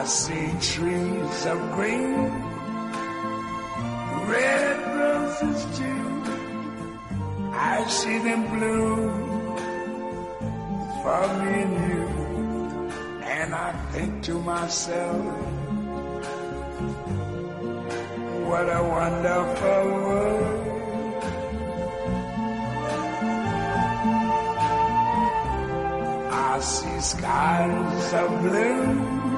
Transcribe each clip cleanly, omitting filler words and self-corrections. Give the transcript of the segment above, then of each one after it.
see trees of green, red roses too. I see them bloom for me and you. And I think to myself, what a wonderful world. I see skies of blue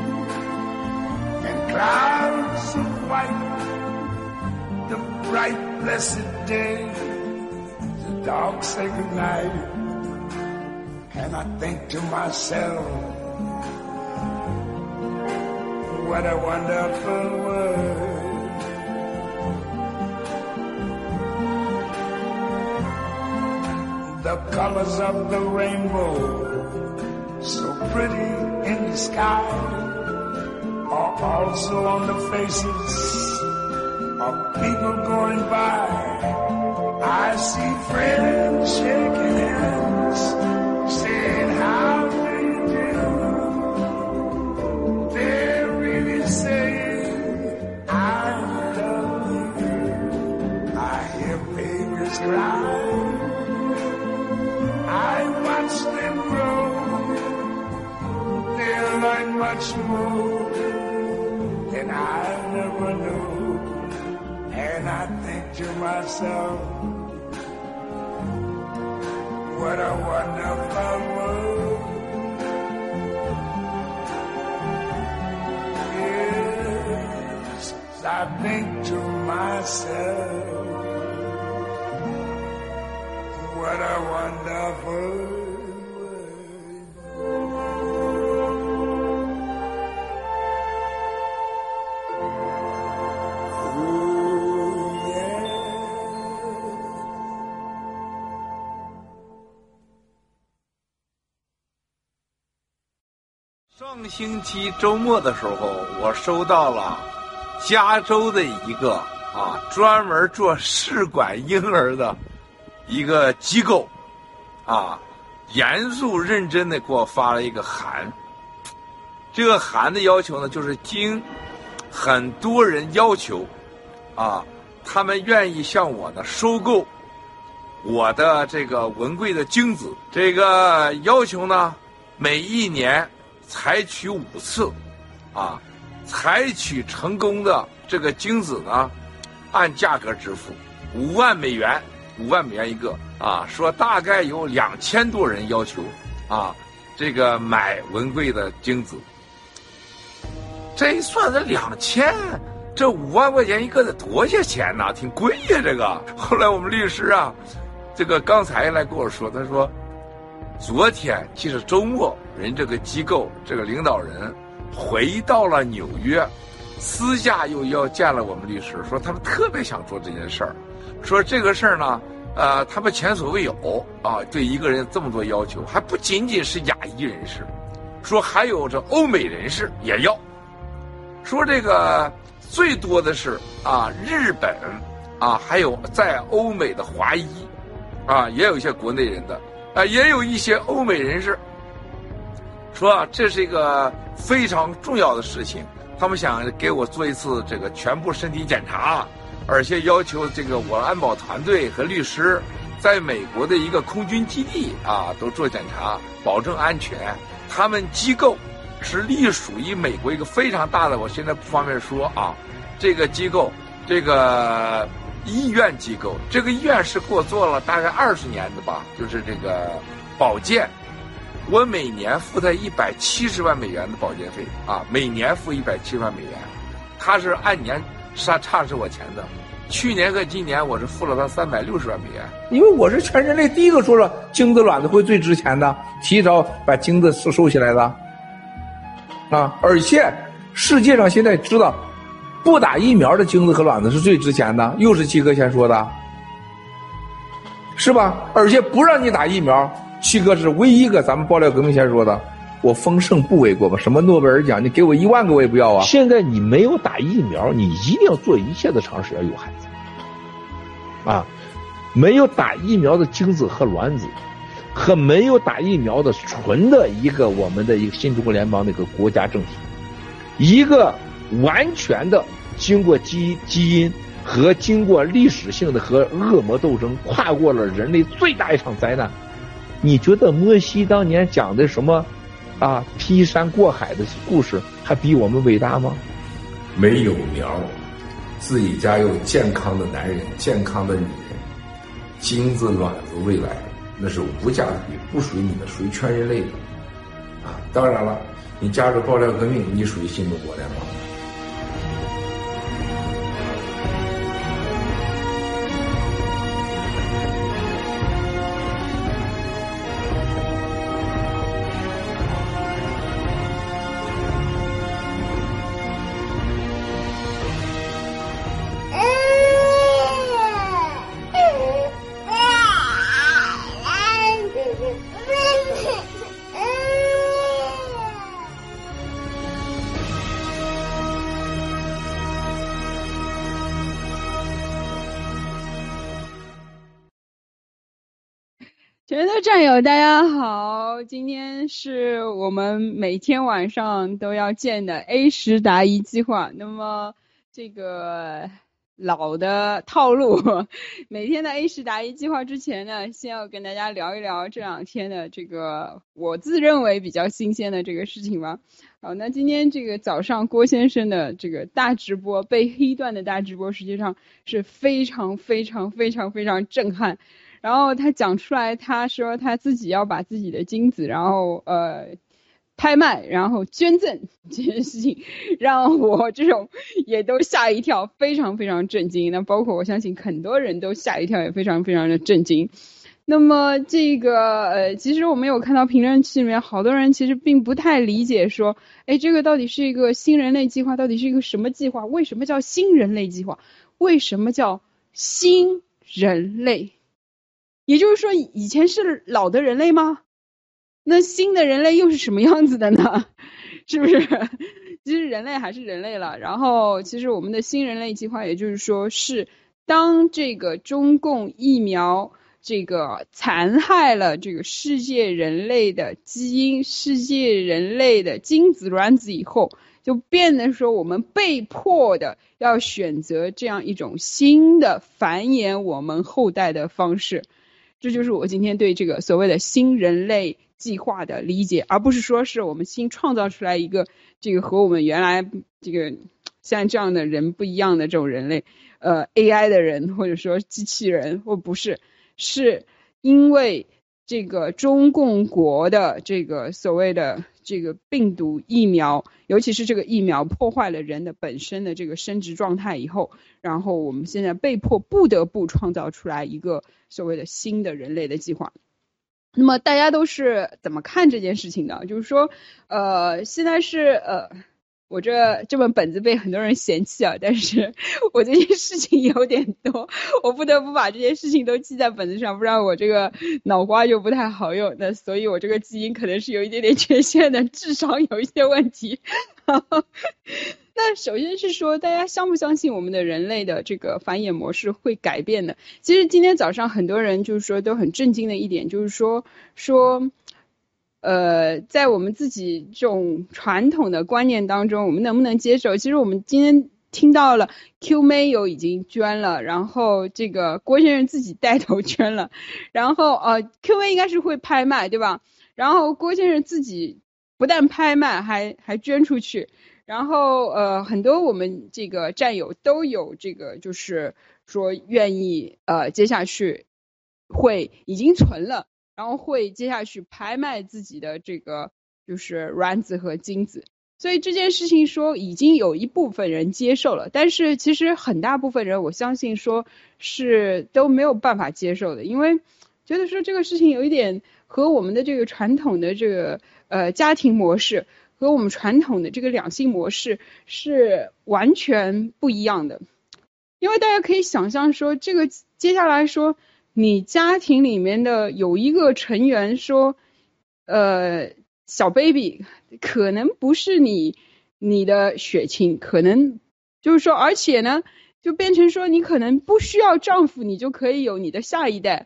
and clouds of white, the bright blessed day, the dark sacred night. And I think to myself, what a wonderful world. The colors of the rainbow, so pretty in the sky, are also on the faces of people going by. I see friends shaking hands, saying how do you do. They're really saying I love you. I hear babies cry, I watch them grow. They'll learn much more than I never knew. And I think to myself, what a wonderful world. Yes, I think to myself, what a wonderful world. 上星期周末的时候，我收到了加州的一个专门做试管婴儿的一个机构严肃认真的给我发了一个函。这个函的要求呢，就是经很多人要求他们愿意向我呢收购我的这个文贵的精子。这个要求呢，每一年采取5次采取成功的这个精子呢，按价格支付5万美元一个说大概有2000多人要求这个买文贵的精子。这一算这2000，这5万块钱一个得多些钱呢？挺贵呀这个。后来我们律师这个刚才来跟我说，他说昨天其实周末人这个机构这个领导人回到了纽约，私下又要见了我们律师，说他们特别想做这件事儿，说这个事儿呢他们前所未有对一个人这么多要求，还不仅仅是亚裔人士，说还有这欧美人士也要，说这个最多的是日本还有在欧美的华裔也有一些国内人的也有一些欧美人士，说这是一个非常重要的事情，他们想给我做一次这个全部身体检查，而且要求这个我安保团队和律师在美国的一个空军基地都做检查，保证安全。他们机构是隶属于美国一个非常大的，我现在不方便说这个机构，这个医院机构，这个医院是给我做了大概20年的吧，就是这个保健，我每年付他170万美元的保健费每年付170万美元，他是按年差是我钱的。去年和今年我是付了他360万美元， 因为我是全人类第一个说了精子卵子会最值钱的，提早把精子收起来的而且世界上现在知道不打疫苗的精子和卵子是最值钱的，又是七哥先说的，是吧？而且不让你打疫苗，七哥是唯一一个咱们爆料革命先说的，我丰盛不为过吧？什么诺贝尔奖，你给我1万个我也不要现在你没有打疫苗，你一定要做一切的尝试要有孩子没有打疫苗的精子和卵子和没有打疫苗的纯的一个我们的一个新中国联邦那个国家政体一个完全的经过基因和经过历史性的和恶魔斗争，跨过了人类最大一场灾难。你觉得摩西当年讲的什么劈山过海的故事还比我们伟大吗？ 没有苗，自己家有健康的男人，健康的女人，精子卵子未来，那是无价之宝，不属于你的，属于全人类的当然了，你加入爆料革命，你属于新中国联邦。 全的战友大家好，今天是我们每天晚上都要见的 A10答疑计划。那么这个老的套路，每天的 A10答疑计划之前呢，先要跟大家聊一聊这两天的这个我自认为比较新鲜的这个事情吧。好，那今天这个早上郭先生的这个大直播，被黑断的大直播，实际上是非常震撼。然后他讲出来，他说他自己要把自己的精子，然后拍卖，然后捐赠这件事情，让我这种也都吓一跳，非常震惊。那包括我相信很多人都吓一跳，也非常的震惊。那么这个其实我们有看到评论区里面好多人其实并不太理解说，这个到底是一个新人类计划，到底是一个什么计划？为什么叫新人类计划？为什么叫新人类？也就是说以前是老的人类吗？那新的人类又是什么样子的呢？是不是？其实人类还是人类了。然后其实我们的新人类计划也就是说是当这个中共疫苗这个残害了这个世界人类的基因，世界人类的精子卵子以后，就变得说我们被迫的要选择这样一种新的繁衍我们后代的方式。这就是我今天对这个所谓的新人类计划的理解，而不是说是我们新创造出来一个这个和我们原来这个像这样的人不一样的这种人类AI 的人，或者说机器人，或不是，是因为这个中共国的这个所谓的这个病毒疫苗，尤其是这个疫苗破坏了人的本身的这个生殖状态以后，然后我们现在被迫不得不创造出来一个所谓的新的人类的计划。那么大家都是怎么看这件事情的？就是说现在是我这本本子被很多人嫌弃啊，但是我这件事情有点多，我不得不把这些事情都记在本子上，不然我这个脑瓜就不太好用。那所以我这个基因可能是有一点点缺陷的，智商有一些问题。那首先是说大家相不相信我们的人类的这个繁衍模式会改变的？其实今天早上很多人就是说都很震惊的一点，就是说在我们自己这种传统的观念当中，我们能不能接受？其实我们今天听到了 Q 妹有已经捐了，然后这个郭先生自己带头捐了，然后Q 妹应该是会拍卖对吧？然后郭先生自己不但拍卖还捐出去，然后很多我们这个战友都有这个就是说愿意接下去会已经存了，然后会接下去拍卖自己的这个就是卵子和精子。所以这件事情说已经有一部分人接受了，但是其实很大部分人我相信说是都没有办法接受的，因为觉得说这个事情有一点和我们的这个传统的这个家庭模式和我们传统的这个两性模式是完全不一样的。因为大家可以想象说这个接下来说你家庭里面的有一个成员说小 baby 可能不是你的血亲，可能就是说而且呢就变成说你可能不需要丈夫你就可以有你的下一代，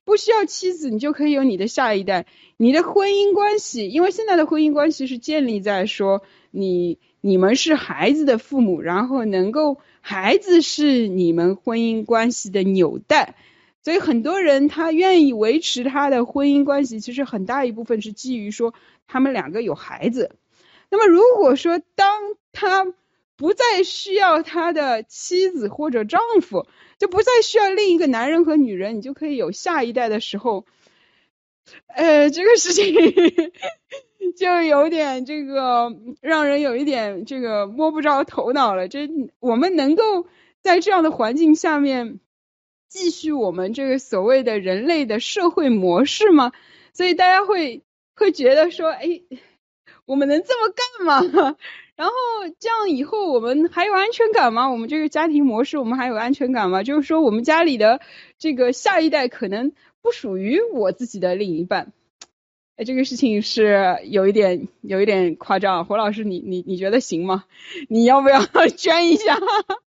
不需要妻子，你就可以有你的下一代。你的婚姻关系，因为现在的婚姻关系是建立在说你们是孩子的父母，然后孩子是你们婚姻关系的纽带。所以很多人他愿意维持他的婚姻关系，其实很大一部分是基于说他们两个有孩子。那么如果说当他不再需要他的妻子或者丈夫，就不再需要另一个男人和女人，你就可以有下一代的时候，这个事情就有点这个让人有一点这个摸不着头脑了。我们能够在这样的环境下面继续我们这个所谓的人类的社会模式吗？所以大家会觉得说，我们能这么干吗？然后这样以后我们还有安全感吗？我们这个家庭模式我们还有安全感吗？就是说我们家里的这个下一代可能不属于我自己的另一半。这个事情是有一点夸张。胡老师你觉得行吗？你要不要捐一下？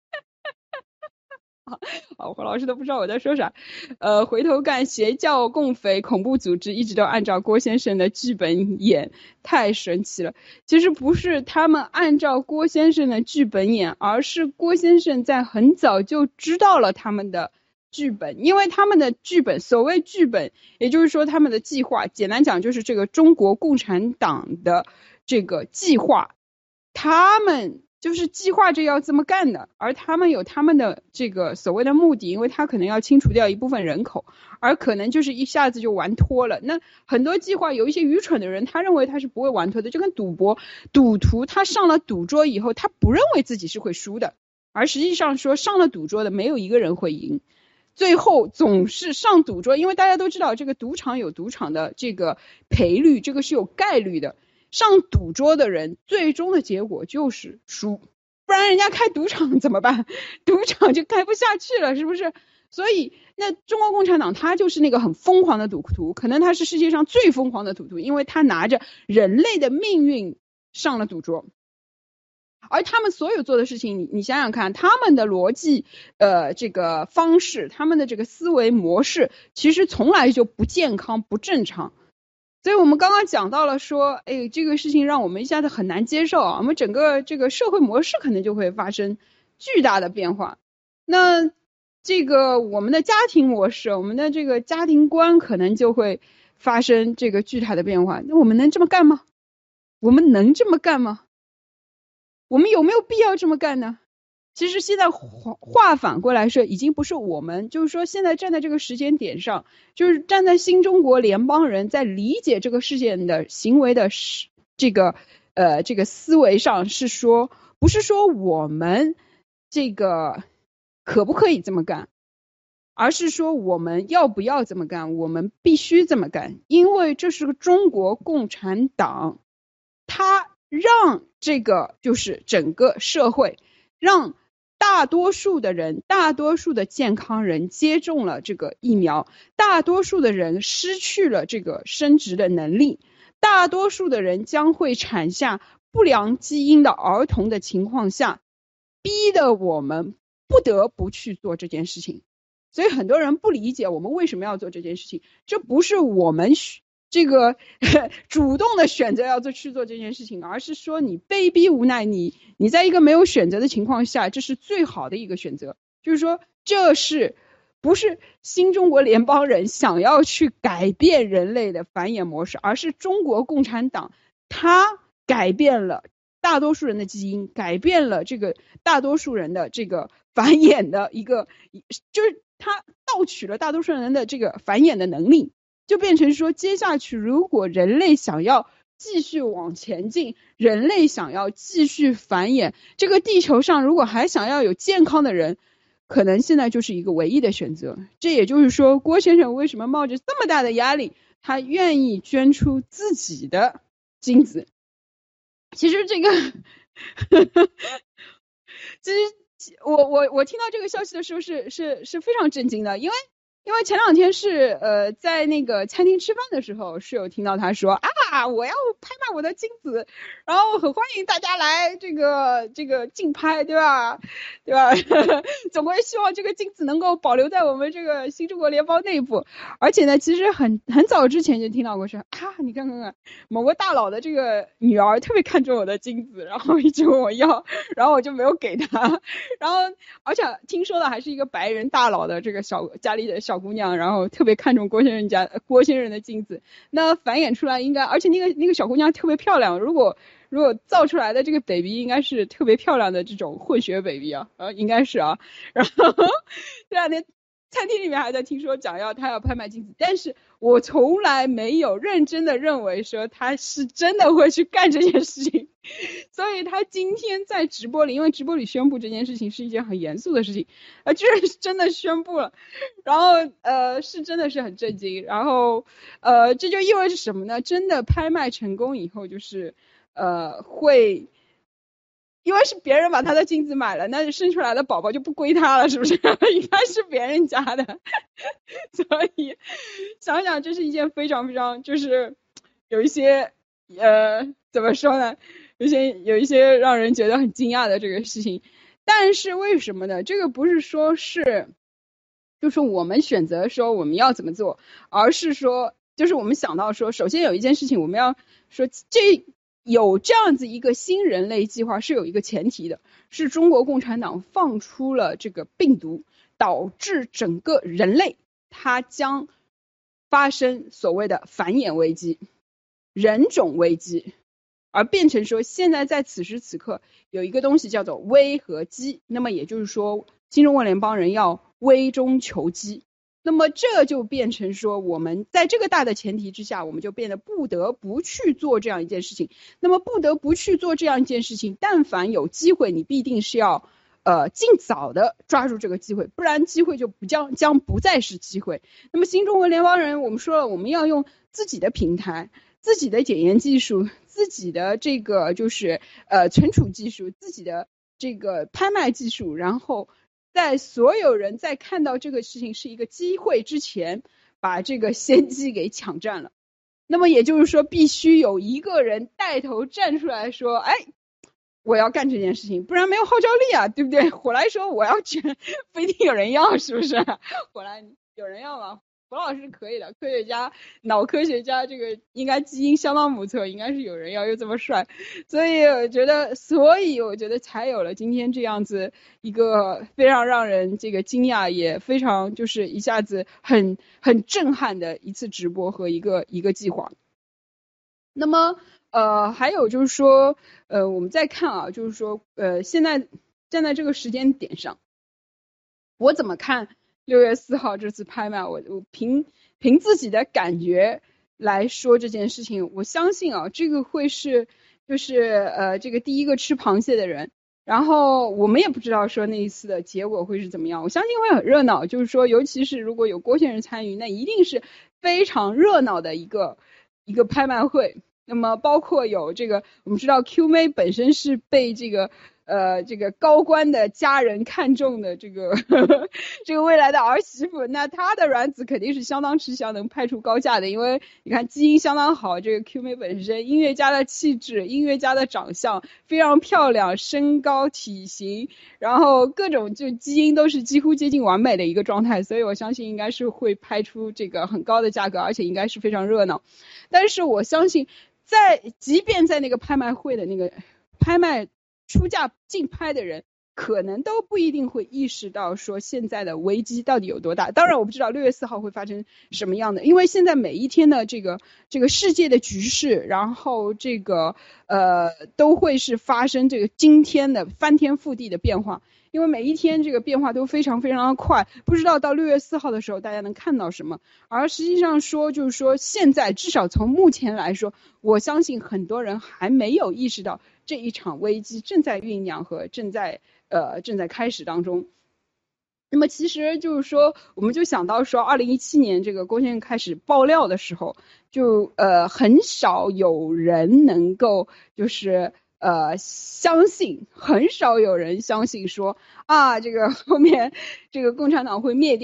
好，胡老师都不知道我在说啥。回头干，邪教、共匪、恐怖组织一直都按照郭先生的剧本演，太神奇了。其实不是他们按照郭先生的剧本演，而是郭先生在很早就知道了他们的剧本。因为他们的剧本，所谓剧本，也就是说他们的计划，简单讲就是这个中国共产党的这个计划，他们就是计划着要这么干的，而他们有他们的这个所谓的目的，因为他可能要清除掉一部分人口，而可能就是一下子就玩脱了。那很多计划有一些愚蠢的人，他认为他是不会玩脱的，就跟赌徒他上了赌桌以后，他不认为自己是会输的，而实际上说上了赌桌的没有一个人会赢，最后总是上赌桌，因为大家都知道这个赌场有赌场的这个赔率，这个是有概率的。上赌桌的人最终的结果就是输，不然人家开赌场怎么办？赌场就开不下去了，是不是？所以那中国共产党他就是那个很疯狂的赌徒，可能他是世界上最疯狂的赌徒，因为他拿着人类的命运上了赌桌。而他们所有做的事情，你想想看，他们的逻辑这个方式，他们的这个思维模式其实从来就不健康不正常。所以我们刚刚讲到了说，这个事情让我们一下子很难接受啊，我们整个这个社会模式可能就会发生巨大的变化。那这个我们的家庭模式，我们的这个家庭观可能就会发生这个巨大的变化。那我们能这么干吗？我们能这么干吗？我们有没有必要这么干呢？其实现在话反过来说，已经不是我们，就是说现在站在这个时间点上，就是站在新中国联邦人在理解这个事件的行为的这个思维上，是说不是说我们这个可不可以这么干，而是说我们要不要这么干，我们必须这么干，因为这是个中国共产党，他让这个就是整个社会，让大多数的人，大多数的健康人接种了这个疫苗，大多数的人失去了这个生殖的能力，大多数的人将会产下不良基因的儿童的情况下，逼得我们不得不去做这件事情。所以很多人不理解我们为什么要做这件事情，这不是我们这个主动的选择要去做这件事情，而是说你被逼无奈，你在一个没有选择的情况下，这是最好的一个选择。就是说这是不是新中国联邦人想要去改变人类的繁衍模式，而是中国共产党他改变了大多数人的基因，改变了这个大多数人的这个繁衍的一个，就是他盗取了大多数人的这个繁衍的能力，就变成说接下去如果人类想要继续往前进，人类想要继续繁衍，这个地球上如果还想要有健康的人，可能现在就是一个唯一的选择。这也就是说郭先生为什么冒着这么大的压力，他愿意捐出自己的精子。其实这个其实我听到这个消息的时候是非常震惊的，因为因为前两天是在那个餐厅吃饭的时候，是有听到他说啊，我要拍卖我的金子，然后很欢迎大家来这个竞拍，对吧？对吧？总归希望这个金子能够保留在我们这个新中国联邦内部。而且呢，其实很早之前就听到过说啊，你看某个大佬的这个女儿特别看重我的金子，然后一直问我要，然后我就没有给他。然后而且听说的还是一个白人大佬的这个家里的小姑娘，然后特别看重郭先生的金子。那繁衍出来应该，而且那个小姑娘特别漂亮，如果造出来的这个 baby 应该是特别漂亮的这种混血 baby 啊，应该是啊。然后这两天餐厅里面还在听说讲他要拍卖金子，但是我从来没有认真的认为说他是真的会去干这件事情。所以他今天在直播里，因为直播里宣布这件事情是一件很严肃的事情，居然是真的宣布了，然后是真的是很震惊。然后这就意味着什么呢？真的拍卖成功以后，就是会。因为是别人把他的金子买了，那生出来的宝宝就不归他了，是不是？应该是别人家的。所以想想这是一件非常非常，就是有一些怎么说呢？有一些让人觉得很惊讶的这个事情。但是为什么呢？这个不是说是就是我们选择说我们要怎么做，而是说就是我们想到说，首先有一件事情我们要说，有这样子一个新人类计划是有一个前提的，是中国共产党放出了这个病毒，导致整个人类它将发生所谓的繁衍危机、人种危机，而变成说现在在此时此刻有一个东西叫做危和机，那么也就是说新中国联邦人要危中求机。那么这就变成说我们在这个大的前提之下，我们就变得不得不去做这样一件事情。那么不得不去做这样一件事情，但凡有机会你必定是要尽早的抓住这个机会，不然机会就将不再是机会。那么新中国联邦人我们说了，我们要用自己的平台、自己的检验技术、自己的这个就是存储技术、自己的这个拍卖技术，然后在所有人在看到这个事情是一个机会之前，把这个先机给抢占了。那么也就是说，必须有一个人带头站出来说，哎，我要干这件事情，不然没有号召力啊，对不对？火来说我要卷，不一定有人要，是不是？火来有人要吗？佛老师可以的，科学家、脑科学家，这个应该基因相当不错，应该是有人要，又这么帅，所以我觉得才有了今天这样子一个非常让人这个惊讶，也非常就是一下子很震撼的一次直播和一个计划。那么还有就是说我们再看啊，就是说现在站在这个时间点上，我怎么看6月4号这次拍卖，我凭自己的感觉来说这件事情，我相信啊，这个会是就是这个第一个吃螃蟹的人，然后我们也不知道说那一次的结果会是怎么样，我相信会很热闹，就是说尤其是如果有郭先生参与，那一定是非常热闹的一个拍卖会。那么包括有这个我们知道 Q 妹本身是被这个高官的家人看中的这个这个未来的儿媳妇，那她的卵子肯定是相当吃香，能拍出高价的，因为你看基因相当好，这个 Q 妹本身音乐家的气质、音乐家的长相非常漂亮，身高体型，然后各种就基因都是几乎接近完美的一个状态，所以我相信应该是会拍出这个很高的价格，而且应该是非常热闹。但是我相信即便在那个拍卖会的那个拍卖出价竞拍的人，可能都不一定会意识到说现在的危机到底有多大。当然我不知道6月4号会发生什么样的，因为现在每一天的这个世界的局势，然后这个都会是发生这个今天的翻天覆地的变化，因为每一天这个变化都非常非常的快，不知道到6月4号的时候大家能看到什么。而实际上说就是说现在至少从目前来说，我相信很多人还没有意识到这一场危机正在酝酿和正在开始当中。那么其实就是说我们就想到说2017年这个郭先生开始爆料的时候，就很少有人能够就是相信，很少有人相信说啊这个后面这个共产党会灭掉，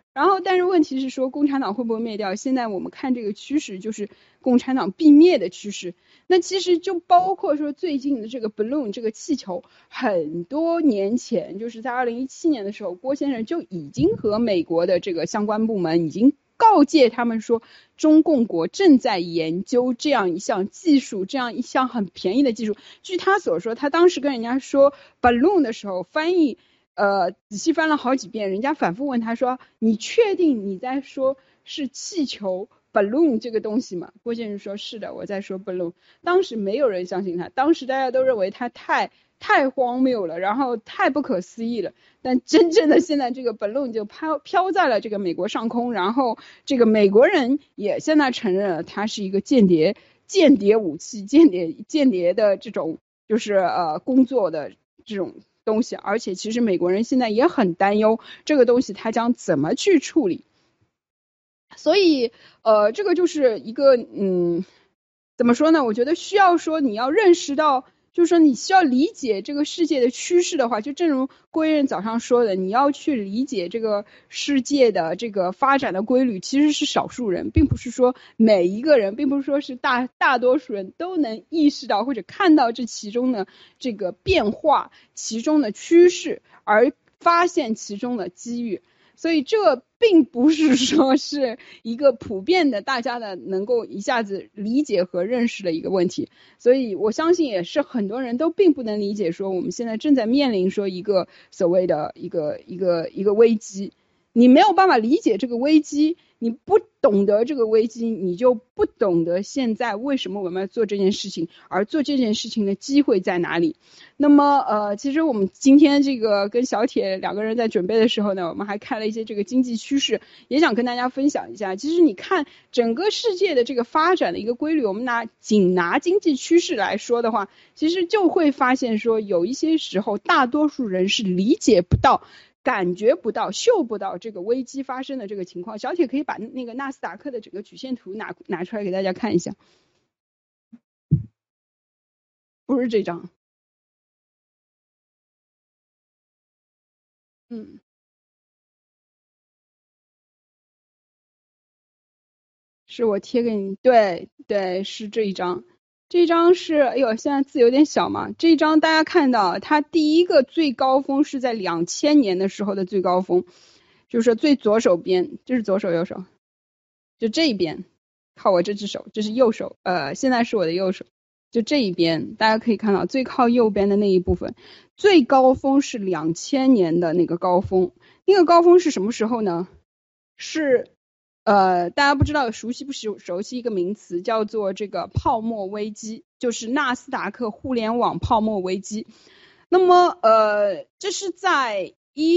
然后但是问题是说共产党会不会灭掉，现在我们看这个趋势就是共产党必灭的趋势。那其实就包括说最近的这个 balloon 这个气球，很多年前就是在2017年的时候，郭先生就已经和美国的这个相关部门已经告诫他们说，中共国正在研究这样一项技术，这样一项很便宜的技术。据他所说，他当时跟人家说 balloon 的时候，翻译仔细翻了好几遍，人家反复问他说，你确定你在说是气球 balloon 这个东西吗？郭先生说是的，我在说 balloon。当时没有人相信他，当时大家都认为他太荒谬了，然后太不可思议了。但真正的现在这个 balloon 就飘在了这个美国上空，然后这个美国人也现在承认了它是一个间谍武器，间谍的这种就是工作的这种东西。而且其实美国人现在也很担忧这个东西它将怎么去处理。所以这个就是一个怎么说呢，我觉得需要说你要认识到，就是说你需要理解这个世界的趋势的话，就正如郭先生早上说的，你要去理解这个世界的这个发展的规律，其实是少数人，并不是说每一个人，并不是说是大多数人都能意识到或者看到这其中的这个变化，其中的趋势，而发现其中的机遇。所以这并不是说是一个普遍的大家的能够一下子理解和认识的一个问题。所以我相信也是很多人都并不能理解说我们现在正在面临说一个所谓的一个危机。你没有办法理解这个危机，你不懂得这个危机，你就不懂得现在为什么我们要做这件事情，而做这件事情的机会在哪里。那么其实我们今天这个跟小铁两个人在准备的时候呢，我们还看了一些这个经济趋势，也想跟大家分享一下。其实你看整个世界的这个发展的一个规律，我们仅拿经济趋势来说的话，其实就会发现说有一些时候大多数人是理解不到，感觉不到，嗅不到这个危机发生的这个情况。小铁可以把那个纳斯达克的整个曲线图拿出来给大家看一下，不是这张，是我贴给你，对，是这一张。这张是，哎呦，现在字有点小嘛。这张大家看到，它第一个最高峰是在2000年的时候的最高峰，就是说最左手边，这是左手右手，就这一边，靠我这只手，这是右手，现在是我的右手，就这一边，大家可以看到最靠右边的那一部分，最高峰是2000年的那个高峰。那个高峰是什么时候呢？是大家不知道熟悉不熟悉一个名词叫做这个泡沫危机，就是纳斯达克互联网泡沫危机。那么这是在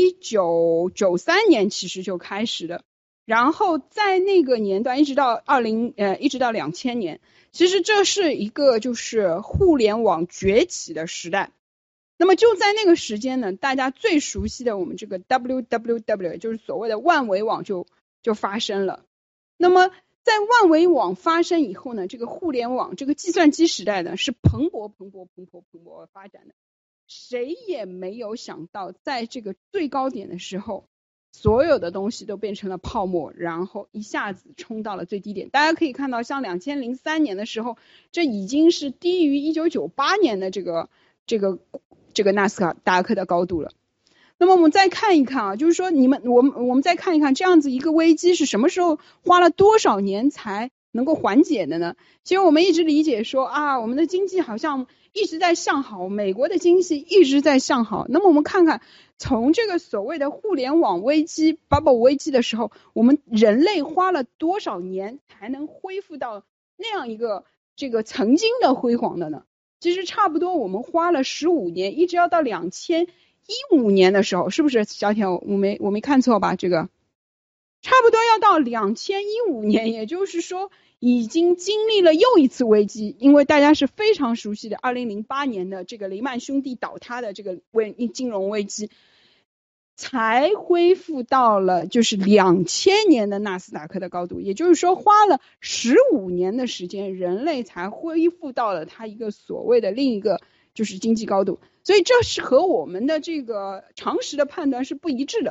1993年其实就开始的，然后在那个年段一直到2000年，其实这是一个就是互联网崛起的时代。那么就在那个时间呢，大家最熟悉的我们这个 www 就是所谓的万维网就发生了。那么在万维网发生以后呢，这个互联网这个计算机时代呢是蓬勃发展的。谁也没有想到在这个最高点的时候，所有的东西都变成了泡沫，然后一下子冲到了最低点。大家可以看到像2003年的时候，这已经是低于1998年的这个纳斯达克的高度了。那么我们再看一看啊，就是说我们再看一看这样子一个危机是什么时候花了多少年才能够缓解的呢？其实我们一直理解说我们的经济好像一直在向好，美国的经济一直在向好。那么我们看看从这个所谓的互联网危机 bubble 危机的时候，我们人类花了多少年才能恢复到那样一个这个曾经的辉煌的呢？其实差不多我们花了15年，一直要到2015年的时候，是不是小铁？我没看错吧？这个差不多要到2015年，也就是说已经经历了又一次危机，因为大家是非常熟悉的2008年的这个雷曼兄弟倒塌的这个金融危机，才恢复到了就是2000年的纳斯达克的高度。也就是说花了15年的时间，人类才恢复到了它一个所谓的另一个就是经济高度。所以这是和我们的这个常识的判断是不一致的。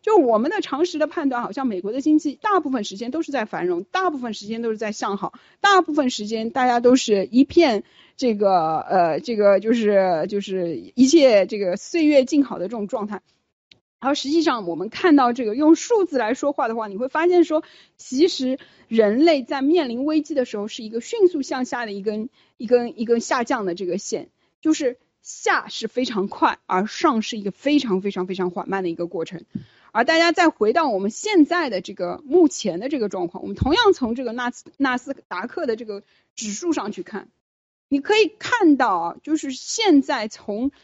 就我们的常识的判断，好像美国的经济大部分时间都是在繁荣，大部分时间都是在向好，大部分时间大家都是一片这个就是一切这个岁月静好的这种状态。而实际上我们看到这个用数字来说话的话，你会发现说，其实人类在面临危机的时候是一个迅速向下的一根下降的这个线，就是下是非常快，而上是一个非常非常非常缓慢的一个过程。而大家再回到我们现在的这个目前的这个状况，我们同样从这个纳斯达克的这个指数上去看，你可以看到啊，就是现在从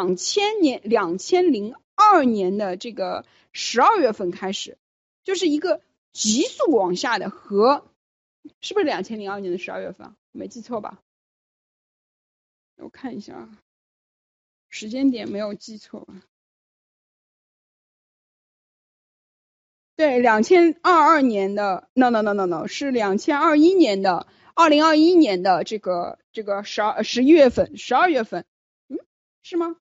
2002年的这个12月份开始，就是一个急速往下的和，是不是2002年的12月份？没记错吧？我看一下啊，时间点没有记错吧？对，2022年的 no 是2021年的2021年的这个11月份12月份，是吗？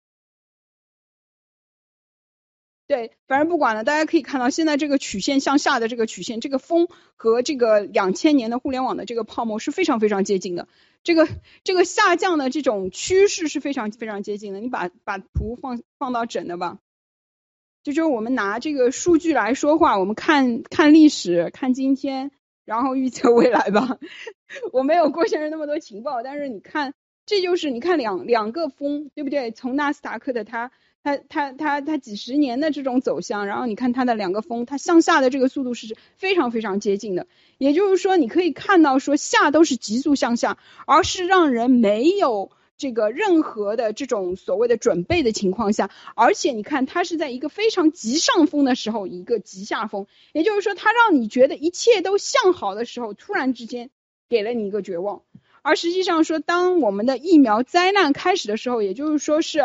对，反正不管了，大家可以看到现在这个曲线向下的这个曲线，这个峰和这个2000年的互联网的这个泡沫是非常非常接近的，这个下降的这种趋势是非常非常接近的。你把图放到整的吧，就是我们拿这个数据来说话，我们看历史，看今天，然后预测未来吧。我没有郭先生那么多情报，但是你看，这就是你看两个峰，对不对？从纳斯达克的它几十年的这种走向，然后你看它的两个峰，它向下的这个速度是非常非常接近的。也就是说，你可以看到说下都是急速向下，而是让人没有这个任何的这种所谓的准备的情况下，而且你看它是在一个非常急上峰的时候一个急下峰，也就是说它让你觉得一切都向好的时候，突然之间给了你一个绝望。而实际上说，当我们的疫苗灾难开始的时候，也就是说是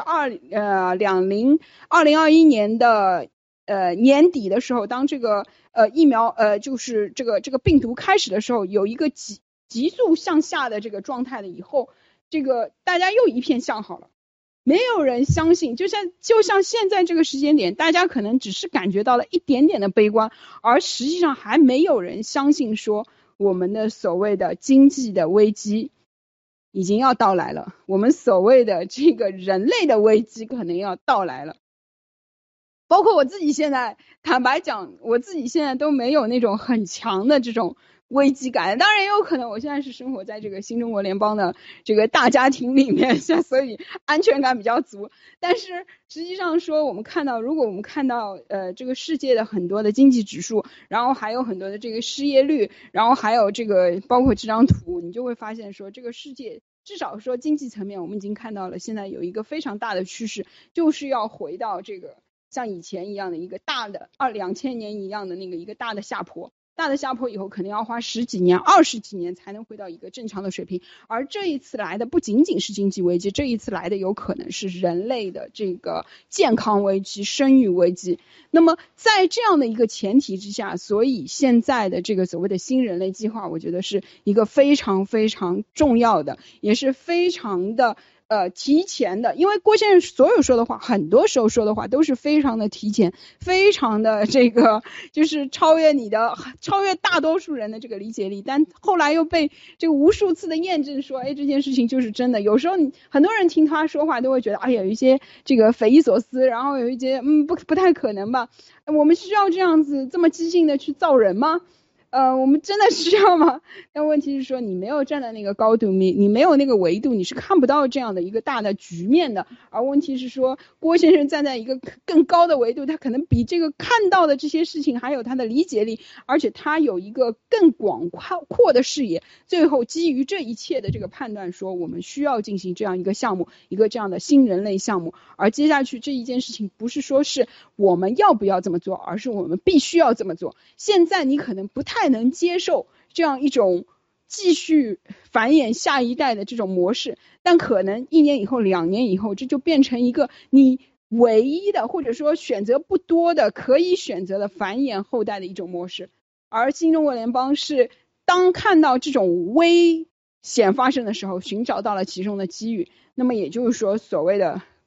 2021年的年底的时候，当这个疫苗就是这个病毒开始的时候，有一个急速向下的这个状态了以后，这个大家又一片向好了，没有人相信，就像现在这个时间点，大家可能只是感觉到了一点点的悲观，而实际上还没有人相信说我们的所谓的经济的危机已经要到来了，我们所谓的这个人类的危机可能要到来了。包括我自己现在，坦白讲，我自己现在都没有那种很强的这种危机感，当然也有可能我现在是生活在这个新中国联邦的这个大家庭里面，所以安全感比较足。但是实际上说，我们看到，如果我们看到这个世界的很多的经济指数，然后还有很多的这个失业率，然后还有这个包括这张图，你就会发现说，这个世界至少说经济层面，我们已经看到了现在有一个非常大的趋势，就是要回到这个像以前一样的一个大的2000年一样的那个一个大的下坡。大的下坡以后可能要花10几年、20几年才能回到一个正常的水平，而这一次来的不仅仅是经济危机，这一次来的有可能是人类的这个健康危机、生育危机。那么在这样的一个前提之下，所以现在的这个所谓的新人类计划，我觉得是一个非常非常重要的，也是非常的提前的，因为郭先生所有说的话，很多时候说的话都是非常的提前，非常的这个就是超越大多数人的这个理解力，但后来又被这个无数次的验证说，哎，这件事情就是真的。有时候很多人听他说话都会觉得，哎，有一些这个匪夷所思，然后有一些不太可能吧？我们需要这样子这么激进的去造人吗？我们真的需要吗？但问题是说，你没有站在那个高度，你没有那个维度，你是看不到这样的一个大的局面的。而问题是说，郭先生站在一个更高的维度，他可能比这个看到的这些事情还有他的理解力，而且他有一个更广阔的视野。最后基于这一切的这个判断说，我们需要进行这样一个项目，一个这样的新人类项目。而接下去这一件事情不是说是我们要不要这么做，而是我们必须要这么做。现在你可能不太能接受这样一种继续繁衍下一代的这种模式，但可能1年以后、2年以后，这就变成一个你唯一的或者说选择不多的可以选择的繁衍后代的一种模式。而新中国联邦是当看到这种危险发生的时候，寻找到了其中的机遇。那么也就是说，所谓的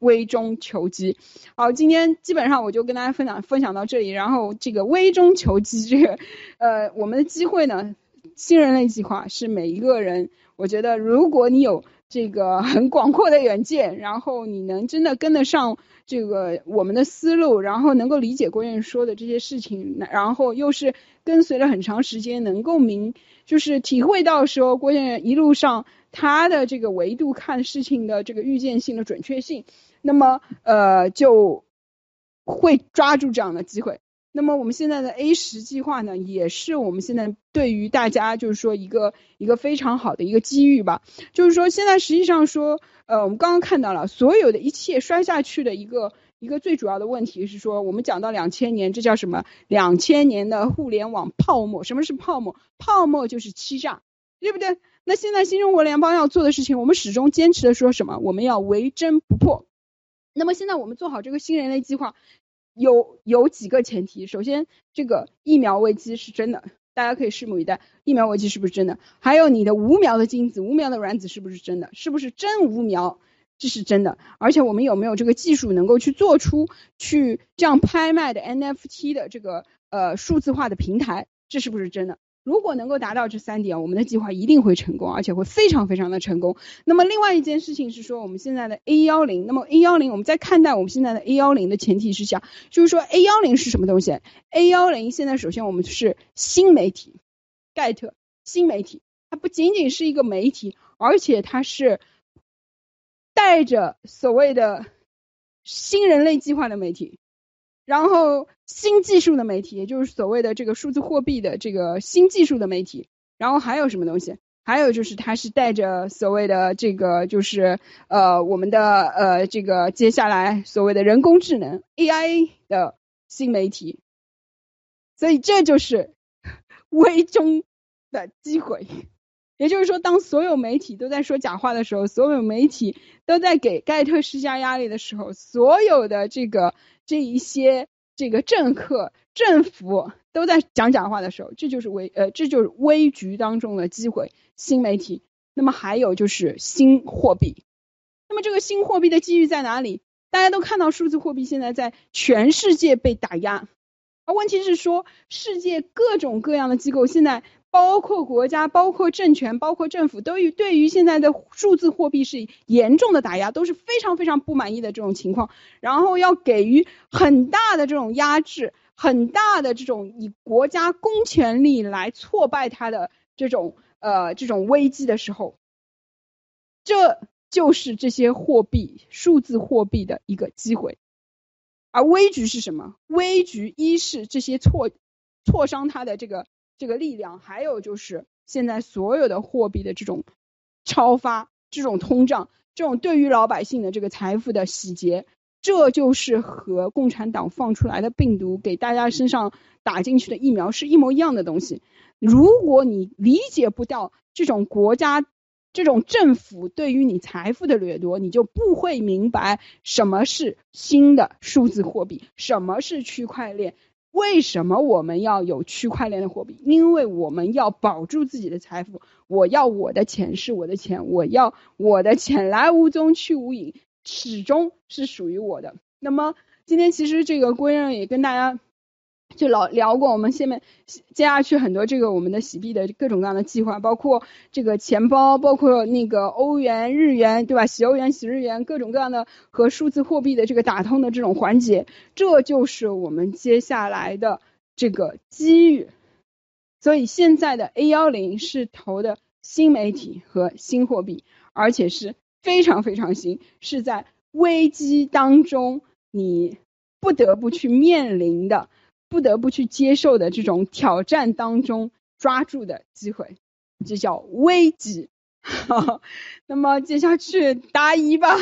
危中求机。好，今天基本上我就跟大家分享到这里。然后这个危中求机，这个我们的机会呢，新人类计划是每一个人，我觉得如果你有这个很广阔的远见，然后你能真的跟得上这个我们的思路，然后能够理解郭院说的这些事情，然后又是跟随了很长时间，能够就是体会到说郭院一路上他的这个维度看事情的这个预见性的准确性，那么就会抓住这样的机会。那么我们现在的 A10计划呢，也是我们现在对于大家就是说一个非常好的一个机遇吧。就是说现在实际上说我们刚刚看到了所有的一切摔下去的一个最主要的问题是说，我们讲到2000年，这叫什么？2000年的互联网泡沫。什么是泡沫？泡沫就是欺诈，对不对？那现在新中国联邦要做的事情，我们始终坚持的说什么？我们要唯真不破。那么现在我们做好这个新人类计划有几个前提。首先，这个疫苗危机是真的，大家可以拭目以待，疫苗危机是不是真的？还有你的无苗的精子、无苗的卵子是不是真的？是不是真无苗？这是真的。而且我们有没有这个技术能够去做出去这样拍卖的 NFT 的这个数字化的平台？这是不是真的？如果能够达到这3点，我们的计划一定会成功，而且会非常非常的成功。那么另外一件事情是说，我们现在的 A10， 那么 A10 我们在看待我们现在的 A10 的前提是想，就是说 A10 是什么东西？ A10 现在首先我们是新媒体，盖特新媒体，它不仅仅是一个媒体，而且它是带着所谓的新人类计划的媒体，然后新技术的媒体，也就是所谓的这个数字货币的这个新技术的媒体。然后还有什么东西？还有就是它是带着所谓的这个就是我们的这个接下来所谓的人工智能 AI 的新媒体。所以这就是危中的机会。也就是说，当所有媒体都在说假话的时候，所有媒体都在给盖特施加压力的时候，所有的这一些这个政客、政府都在讲假话的时候，这就是危局当中的机会。新媒体，那么还有就是新货币。那么这个新货币的机遇在哪里？大家都看到数字货币现在在全世界被打压，而问题是说，世界各种各样的机构现在，包括国家、包括政权、包括政府，都对于现在的数字货币是严重的打压，都是非常非常不满意的这种情况，然后要给予很大的这种压制，很大的这种以国家公权力来挫败它的这种危机的时候，这就是这些货币、数字货币的一个机会。而危局是什么？危局一是这些挫伤它的这个力量，还有就是现在所有的货币的这种超发、这种通胀、这种对于老百姓的这个财富的洗劫，这就是和共产党放出来的病毒给大家身上打进去的疫苗是一模一样的东西。如果你理解不到这种国家、这种政府对于你财富的掠夺，你就不会明白什么是新的数字货币，什么是区块链。为什么我们要有区块链的货币？因为我们要保住自己的财富。我要我的钱是我的钱，我要我的钱来无踪去无影，始终是属于我的。那么今天其实这个郭先生也跟大家就聊过我们接下去很多这个我们的洗币的各种各样的计划，包括这个钱包，包括那个欧元、日元，对吧？洗欧元、洗日元，各种各样的和数字货币的这个打通的这种环节，这就是我们接下来的这个机遇。所以现在的 A10 是投的新媒体和新货币，而且是非常非常新，是在危机当中你不得不去面临的，不得不去接受的这种挑战当中抓住的机会，这叫危机。那么接下去答疑吧。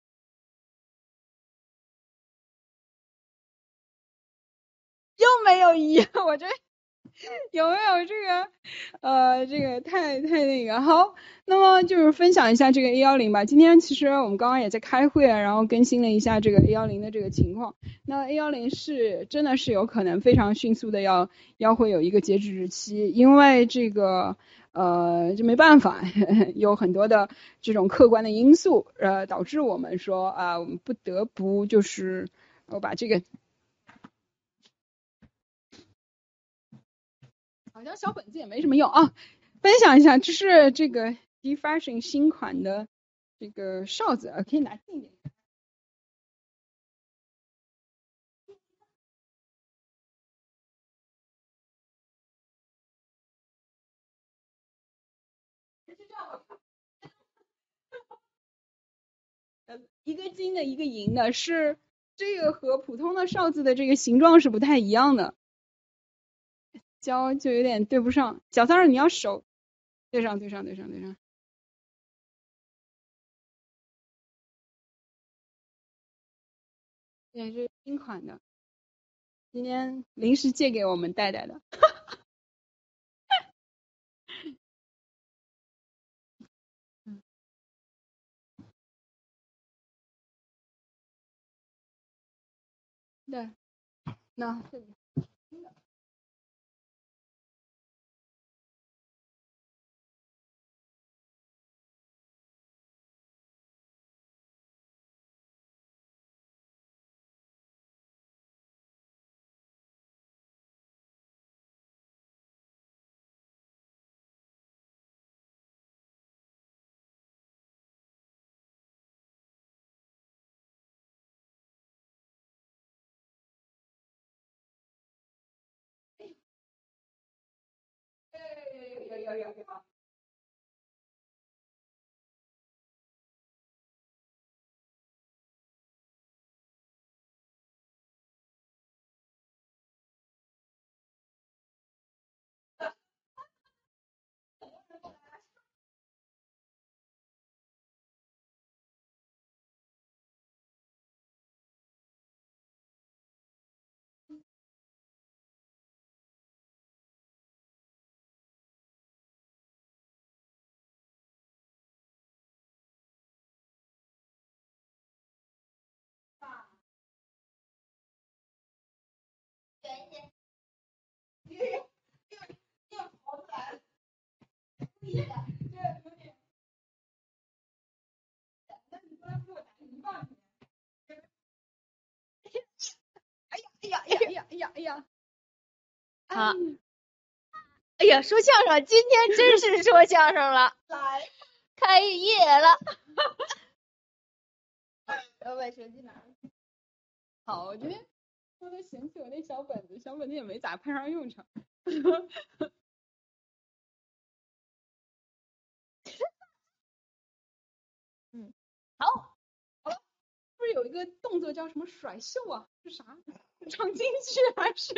又没有疑，我这有没有这个太那个好？那么就是分享一下这个 A10 吧。今天其实我们刚刚也在开会啊，然后更新了一下这个 A10 的这个情况。那 A10 是真的是有可能非常迅速的要会有一个截止日期，因为这个就没办法，有很多的这种客观的因素，导致我们说我们不得不就是我把这个好像小本子也没什么用啊，分享一下，这是这个 D Fashion 新款的这个哨子可以拿近一点。一个金的，一个银的，是这个和普通的哨子的这个形状是不太一样的，胶就有点对不上。小三儿，你要手对上。也是新款的，今天临时借给我们戴戴的。对，那这里。有。哎呀！ 好，哎呀，说相声，今天真是说相声了， 来， 开业了。 要把手机拿了。好，我今天他都嫌弃我那小本子也没咋派上用场。好了，不是有一个动作叫什么甩袖啊？是啥？唱京剧还是？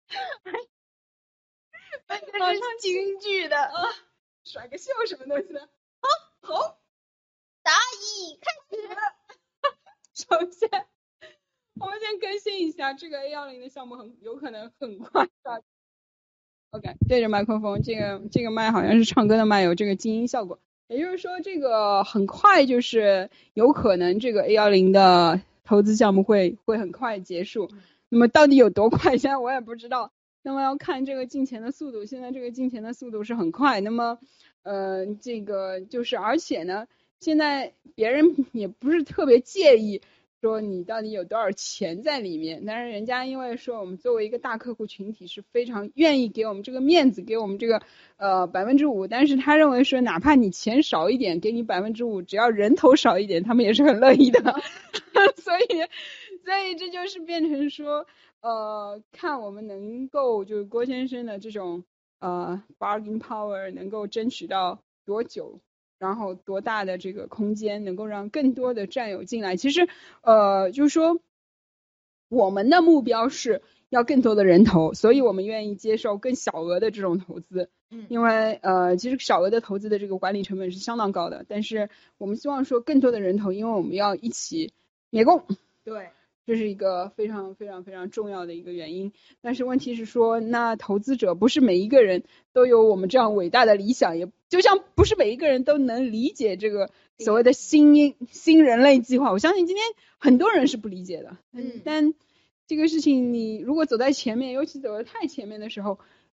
这是京剧的甩个袖什么东西的？好， 答疑开始。 首先，我们先更新一下这个 A10的项目有可能很快的。OK， 对着麦克风，这个麦好像是唱歌的麦，有这个静音效果。也就是说，这个很快就是有可能这个 A10的投资项目会很快结束。那么到底有多快，现在我也不知道。那么要看这个进钱的速度，现在这个进钱的速度是很快。那么，这个就是而且呢，现在别人也不是特别介意说你到底有多少钱在里面，但是人家因为说我们作为一个大客户群体是非常愿意给我们这个面子，给我们这个5%，但是他认为说哪怕你钱少一点，给你5%，只要人头少一点，他们也是很乐意的。所以这就是变成说看我们能够就是郭先生的这种bargain power 能够争取到多久，然后多大的这个空间能够让更多的战友进来。其实就是说我们的目标是要更多的人头，所以我们愿意接受更小额的这种投资。因为其实小额的投资的这个管理成本是相当高的，但是我们希望说更多的人头，因为我们要一起灭共。对，这是一个非常非常非常重要的一个原因。但是问题是说，那投资者不是每一个人都有我们这样伟大的理想，也就像不是每一个人都能理解这个所谓的新人类计划。我相信今天很多人是不理解的。但这个事情你如果走在前面，尤其走得太前面的时候，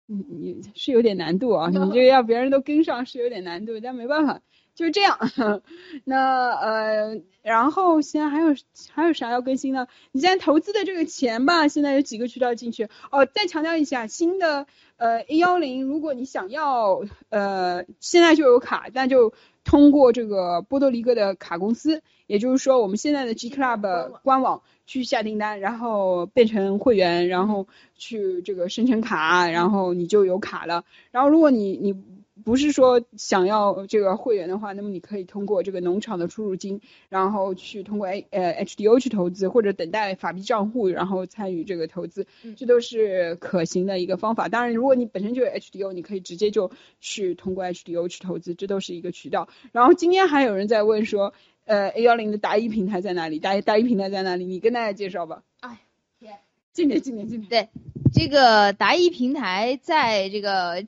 你是有点难度啊，你这个要别人都跟上是有点难度，但没办法，就是这样。那然后现在还有啥要更新呢？你现在投资的这个钱吧，现在有几个渠道进去哦。再强调一下，新的A10，如果你想要现在就有卡，但就通过这个波多黎各的卡公司，也就是说我们现在的 G Club 官网去下订单，然后变成会员，然后去这个生成卡，然后你就有卡了。然后如果你不是说想要这个会员的话，那么你可以通过这个农场的出入金，然后去通过HDO 去投资，或者等待法币账户，然后参与这个投资，这都是可行的一个方法。当然，如果你本身就有 HDO， 你可以直接就去通过 HDO 去投资，这都是一个渠道。然后今天还有人在问说，A10的答疑平台在哪里？答疑平台在哪里？你跟大家介绍吧。 哎， 近点。 对，这个答疑平台在这个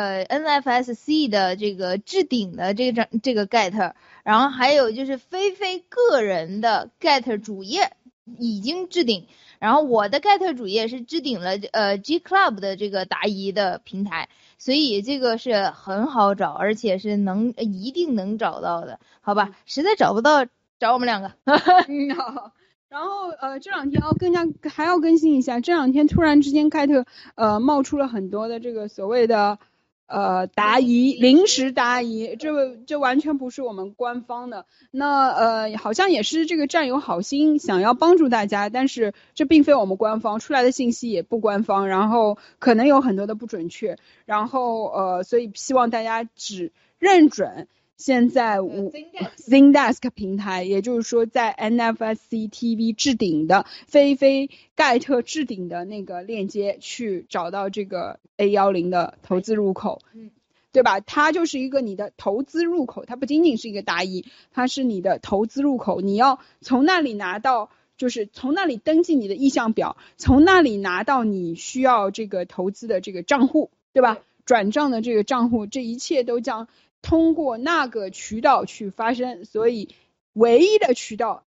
NFSC 的这个置顶的这个 get， 然后还有就是菲菲个人的 get 主页已经置顶，然后我的 get 主页是置顶了G Club 的这个答疑的平台，所以这个是很好找，而且是一定能找到的，好吧？实在找不到找我们两个。 好。然后这两天还要更新一下，这两天突然之间开特冒出了很多的这个所谓的临时答疑，这完全不是我们官方的。那好像也是这个战友好心想要帮助大家，但是这并非我们官方出来的信息，也不官方，然后可能有很多的不准确，然后所以希望大家只认准现在Zendesk 平台，也就是说在 NFSC TV 置顶的菲菲盖特置顶的那个链接去找到这个 A10的投资入口，对吧？它就是一个你的投资入口，它不仅仅是一个答疑，它是你的投资入口，你要从那里拿到，就是从那里登记你的意向表，从那里拿到你需要这个投资的这个账户，对吧？转账的这个账户，这一切都将通过那个渠道去发生，所以唯一的渠道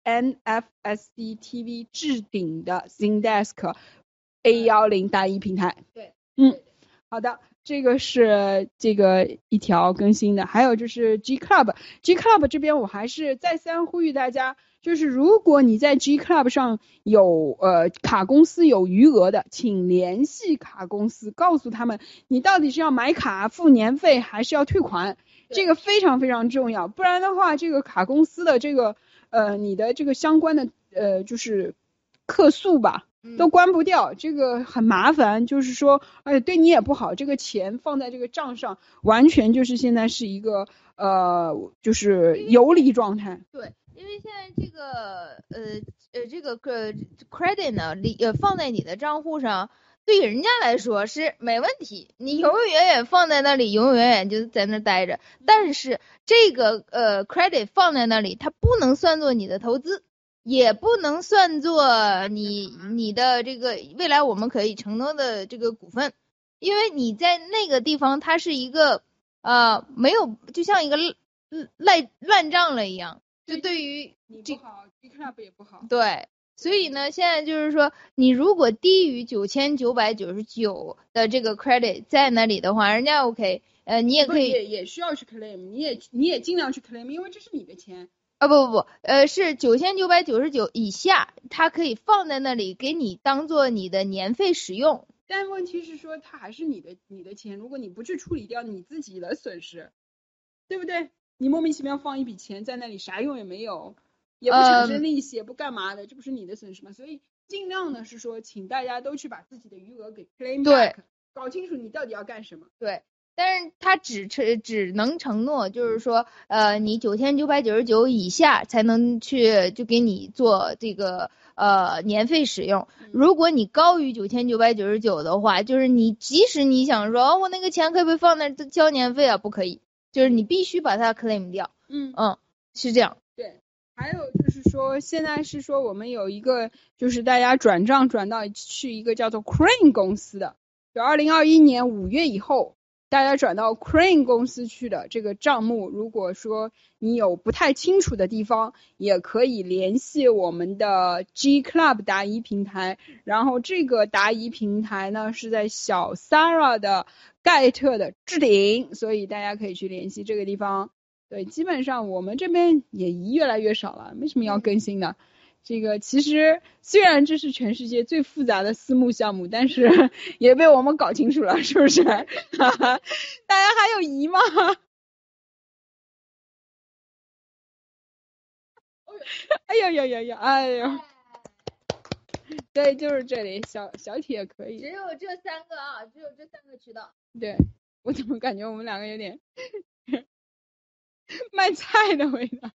NFSC TV 置顶的 Zendesk A10答疑平台。 对， 好的，这个是这个一条更新的，还有就是 G Club 这边我还是再三呼吁大家，就是如果你在 G Club 上有卡公司有余额的，请联系卡公司，告诉他们你到底是要买卡付年费还是要退款，这个非常非常重要，不然的话这个卡公司的这个你的这个相关的就是客诉吧都关不掉，这个很麻烦，就是说对你也不好，这个钱放在这个账上完全就是现在是一个就是游离状态。 对，因为现在这个credit 呢放在你的账户上，对人家来说是没问题，你永永远远放在那里，永永远远就在那待着，但是这个credit 放在那里，它不能算作你的投资，也不能算作你的这个未来我们可以承诺的这个股份，因为你在那个地方它是一个没有，就像一个烂账了一样，就对于你不好 G Club 也不好。 对，所以呢现在就是说你如果低于9999的这个 credit 在那里的话，人家 OK， 你也可以也需要去 claim， 你也尽量去 claim， 因为这是你的钱。 不，是9999以下，它可以放在那里给你当做你的年费使用。 但问题是说，它还是你的钱，如果你不去处理掉你自己的损失，对不对？你莫名其妙放一笔钱在那里，啥用也没有，也不产生利息，也不干嘛的，这不是你的损失吗？所以尽量的是说，请大家都去把自己的余额给 claim back，搞清楚你到底要干什么。 对。但是他只能承诺，就是说，你9999以下才能去就给你做这个年费使用。如果你高于9999的话，就是你即使你想说，我那个钱可不可以放那交年费啊？不可以，就是你必须把它 claim 掉。是这样。 对，还有就是说，现在是说我们有一个，就是大家转账转到去一个叫做 Crane 公司的，就2021年5月以后。 大家转到 Crane 公司去的这个账目，如果说你有不太清楚的地方，也可以联系我们的 G Club 答疑平台。然后这个答疑平台呢是在小 Sarah 的盖特的置顶，所以大家可以去联系这个地方。对，基本上我们这边也越来越少了，没什么要更新的。这个其实虽然这是全世界最复杂的私募项目，但是也被我们搞清楚了，是不是？大家还有疑吗？哎呦呦呦呦，哎呦，对，就是这里，小铁可以。 只有这3个啊，只有这3个渠道。 对，我怎么感觉我们两个有点卖菜的味道？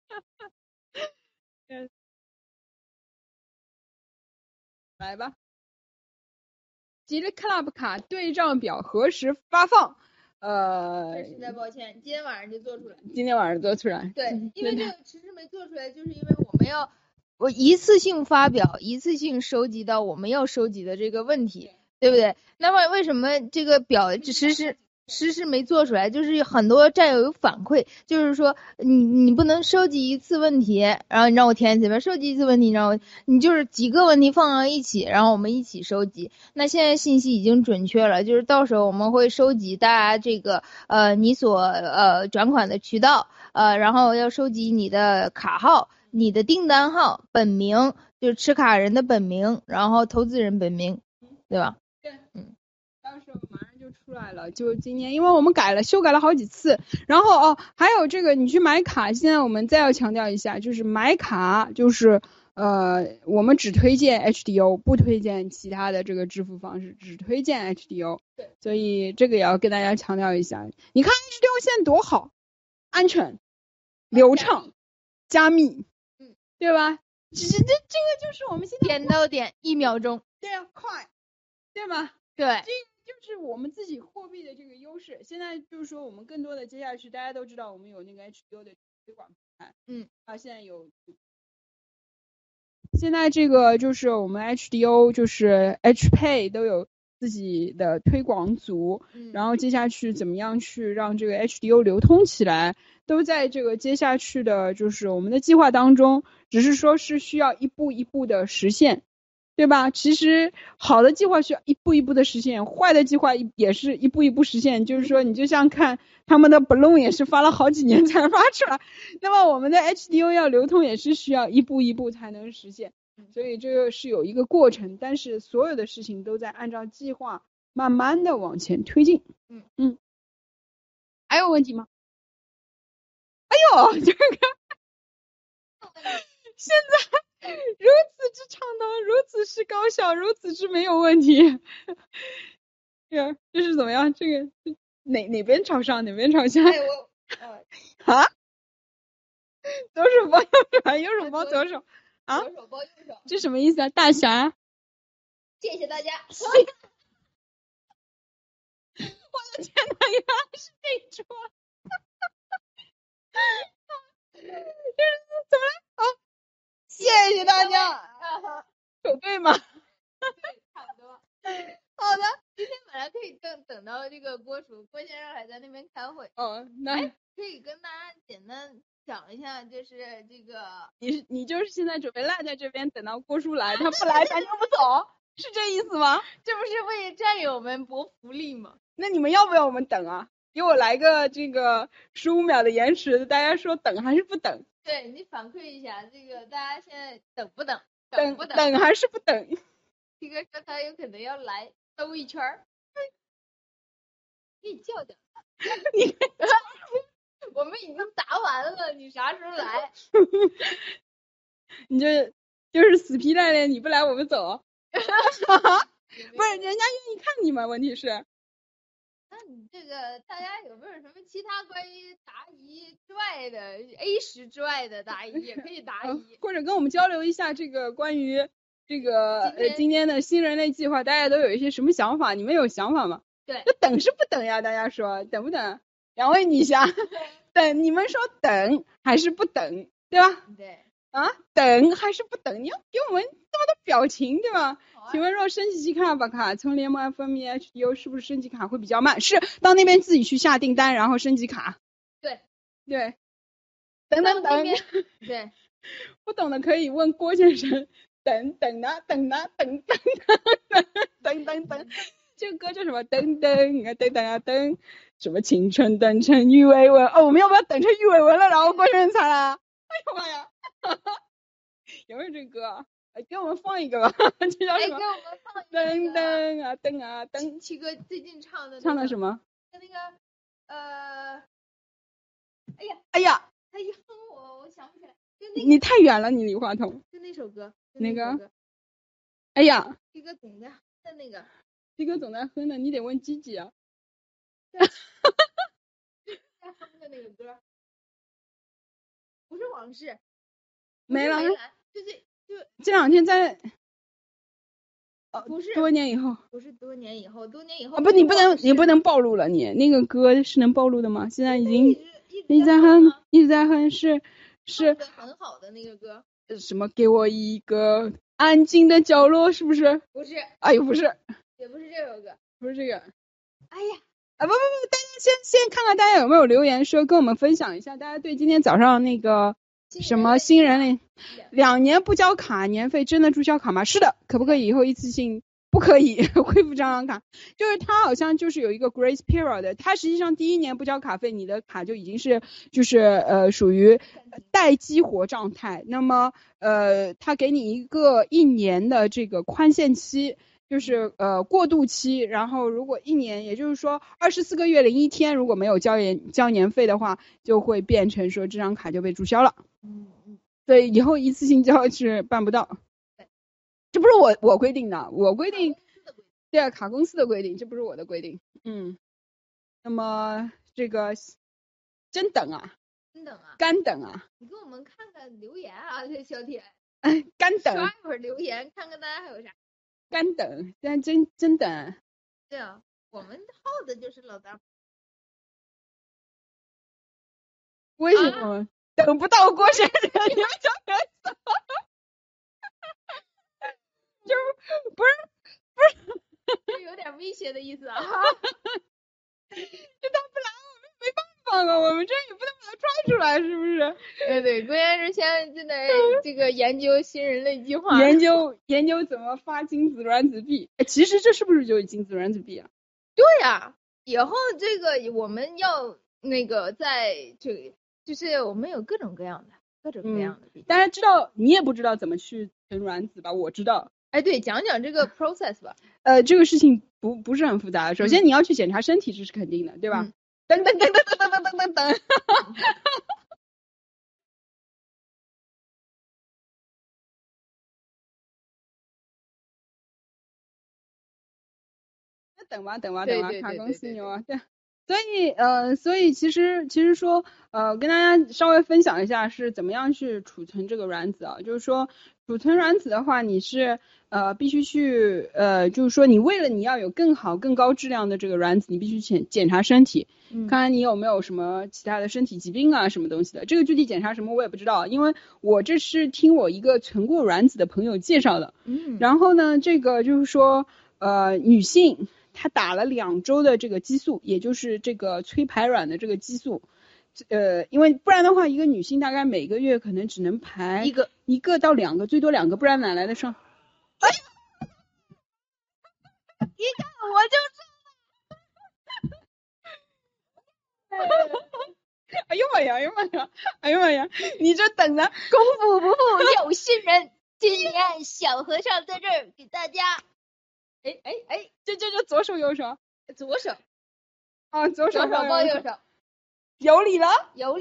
来吧。吉利 Club 卡对账表何时发放？ 实在抱歉，今天晚上就做出来。 今天晚上做出来。 对，因为这个迟迟没做出来，就是因为我一次性发表，一次性收集到我们要收集的这个问题，对不对？那么为什么这个表迟迟没做出来？就是很多战友有反馈，就是说你不能收集一次问题，然后你让我填写吧，收集一次问题，然后你就是几个问题放到一起，然后我们一起收集。那现在信息已经准确了，就是到时候我们会收集大家这个你所转款的渠道，然后要收集你的卡号、你的订单号、本名，就是持卡人的本名，然后投资人本名，对吧？ 对，到时候马上就出来了，就今年，因为我们修改了好几次，然后还有这个你去买卡，现在我们再要强调一下，就是买卡就是我们只推荐 HDO， 不推荐其他的这个支付方式，只推荐 HDO。对，所以这个也要跟大家强调一下。你看 HDO 现在多好，安全、流畅、加密，对吧？这个就是我们现在点到点1秒钟， 对啊，快，对吧？ 对， 这就是我们自己货币的这个优势。现在就是说，我们更多的接下去，大家都知道我们有那个 HDO 的推广平台，现在现在这个就是我们 HDO 就是 HPay 都有自己的推广组，然后接下去怎么样去让这个 HDO 流通起来，都在这个接下去的就是我们的计划当中，只是说是需要一步一步的实现。对吧？其实好的计划需要一步一步的实现，坏的计划也是一步一步实现。就是说，你就像看他们的 balloon 也是发了好几年才发出来，那么我们的 HDO 要流通也是需要一步一步才能实现。所以这个是有一个过程，但是所有的事情都在按照计划慢慢的往前推进。还有问题吗？哎呦，这个现在。如此之畅通，如此之高效，如此之没有问题。这是怎么样？这个哪边朝上，哪边朝下？啊？左手包右手，右手包左手啊？ 左手包右手， 这什么意思啊？大侠？ 谢谢大家。 我的天哪，原来是这桌。这是怎么了？谢谢大家。手对吗？ 对，差不多。好的，今天本来可以等到这个郭先生还在那边开会。 那可以跟大家简单讲一下，就是这个你就是现在准备赖在这边，等到郭叔来，他不来咱就不走，是这意思吗？ 这不是为战友们博福利吗？ 那你们要不要我们等啊？给我来个这个15秒的延迟，大家说等还是不等？ 对，你反馈一下，这个大家现在等不等？ 等还是不等？ 这个说他有可能要来兜一圈儿，给你叫叫。 你我们已经答完了，你啥时候来？ 你就是死皮赖脸，你不来我们走。不是，人家愿意看你吗？问题是。 那你这个大家有没有什么其他关于答疑之外的 A10之外的答疑也可以答疑， 或者跟我们交流一下这个关于这个今天的新人类计划，大家都有一些什么想法？你们有想法吗？ 对， 那等是不等呀？大家说等不等？两位女侠，等你们说等还是不等？对吧？ 对。 啊，等还是不等？你要给我们这么多表情，对吧？请问若升级机卡吧卡从联盟 FME HDO 是不是升级卡会比较慢？是到那边自己去下订单，然后升级卡。 对， 等， 对， 不懂的可以问郭先生。等，这个歌叫什么？等等，什么青春等成鱼尾纹？哦，我们要不要等成鱼尾纹了，然后郭先生才来？哎呦妈呀！有没有这个歌？给我们放一个吧。这叫什么？ 给我们放一个。 等。 七哥最近唱的。 唱的什么？ 那个哎呀， 他一哼我想不起来。 你太远了，你离话筒。 就那首歌。 那个。哎呀， 七哥总在哼那个。 七哥总在哼的，你得问吉吉啊。 在哼的那个歌，不是往事。 没了。 就这两天在。 不是多年以后。 不是多年以后。 不，你不能暴露了，你那个歌是能暴露的吗？现在已经一直在哼，是很好的那个歌。 什么？给我一个安静的角落，是不是？ 不是。 哎呦，不是。 也不是这首歌。 不是这个。 哎呀。 不，大家先看看大家有没有留言说跟我们分享一下，大家对今天早上那个什么新人类2年不交卡年费真的注销卡吗？是的，可不可以以后一次性？不可以恢复这张卡，就是它好像就是有一个 grace period， 它实际上第1年不交卡费，你的卡就已经是属于待激活状态。那么它给你一个1年的这个宽限期。就是过渡期，然后如果1年，也就是说24个月01天，如果没有交年费的话，就会变成说这张卡就被注销了。所以以后一次性交是办不到。这不是我规定的，我规定，对啊，卡公司的规定，这不是我的规定。那么这个真等啊，干等啊。 你给我们看看留言啊，这小铁。 干等。 刷一会儿留言，看看大家还有啥。 干等，但真等。 对啊，我们耗的就是老大。 为什么等不到郭先生？你们就不是， 就有点威胁的意思啊。 就他不来，我们没办法啊，我们这也不能把他拽出来，是不是？ 对，郭先生现在正在这个研究新人类计划， 研究怎么发精子卵子币。其实这是不是就是精子卵子币啊？ 对呀，以后这个我们要那个在这个就是我们有各种各样的币。 大家知道，你也不知道怎么去存卵子吧？我知道。 对，讲讲这个 process 吧。 这个事情不是很复杂。首先你要去检查身体，这是肯定的，对吧？等。等吧，卡公司牛啊，对。所以其实说跟大家稍微分享一下是怎么样去储存这个卵子啊，就是说储存卵子的话，你是必须去就是说你为了你要有更好更高质量的这个卵子，你必须检查身体，看看你有没有什么其他的身体疾病啊什么东西的。这个具体检查什么我也不知道，因为我这是听我一个存过卵子的朋友介绍的。然后呢，这个就是说女性她打了2周的这个激素，也就是这个催排卵的这个激素，因为不然的话，一个女性大概每个月可能只能排一个到2个，最多2个，不然哪来的上？哎， 一看我就知道。 哎呦妈呀！你这等着， 功夫不负有心人，今年小和尚在这儿给大家。 这左手右手？ 左手。 啊，左手抱右手。 有理了。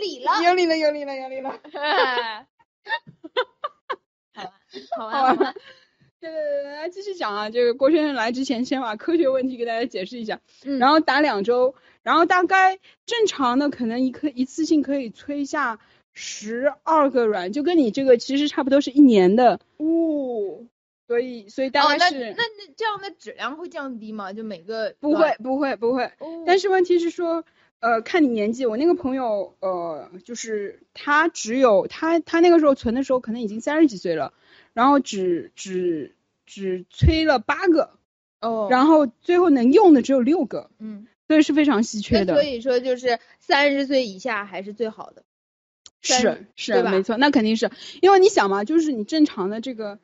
好吧。 对，继续讲啊。这个郭先生来之前，先把科学问题给大家解释一下。然后打2周，然后大概正常的可能一次性可以催下12个卵，就跟你这个其实差不多是1年的。所以大概是。 那这样的质量会降低吗？就每个不会。但是问题是说， 看你年纪，我那个朋友就是他只有他那个时候存的时候可能已经30几岁了，然后只催了8个，然后最后能用的只有6个，所以是非常稀缺的。 所以说就是30岁以下还是最好的。 是对吧没错，那肯定是因为你想嘛，就是你正常的这个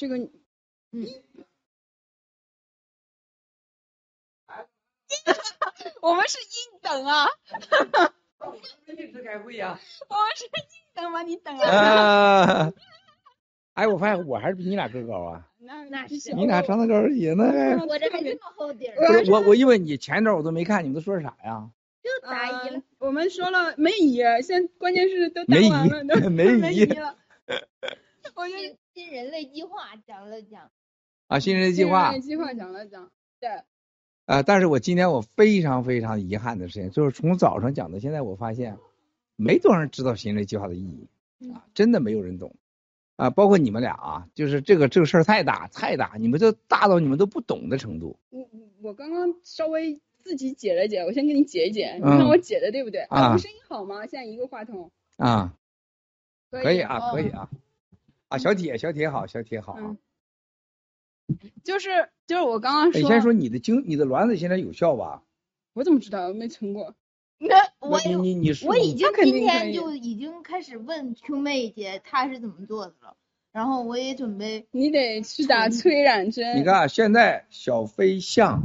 我们是硬等啊。 我们一直开会呀。 我们是硬等吗？你等啊。 哎，我发现我还是比你俩个高啊。 那是你俩长得高而已，那我这还这么厚底儿。 不是我因为你前段我都没看，你们都说啥呀？ 就答疑了。 我们说了没疑，现在关键是都答完了，都没疑了。我觉得新人类计划讲了讲。 啊，新人类计划。 新人类计划讲了讲，对。 但是我今天我非常非常遗憾的事情，就是从早上讲到现在，我发现没多少人知道新人类计划的意义啊，真的没有人懂啊，包括你们俩啊，就是这个事儿太大，你们都大到你们都不懂的程度。 我刚刚稍微自己解了解，我先给你解一解，你看我解的对不对？我声音好吗？现在一个话筒。 啊，可以啊， 可以啊。啊，小铁好，小铁好啊。 就是我刚刚说。 你先说你的卵子现在有效吧？ 我怎么知道？我没存过。 那我已经今天就已经开始问 Q 妹姐她是怎么做的了，然后我也准备。 你得去打催染针。 你看现在小飞象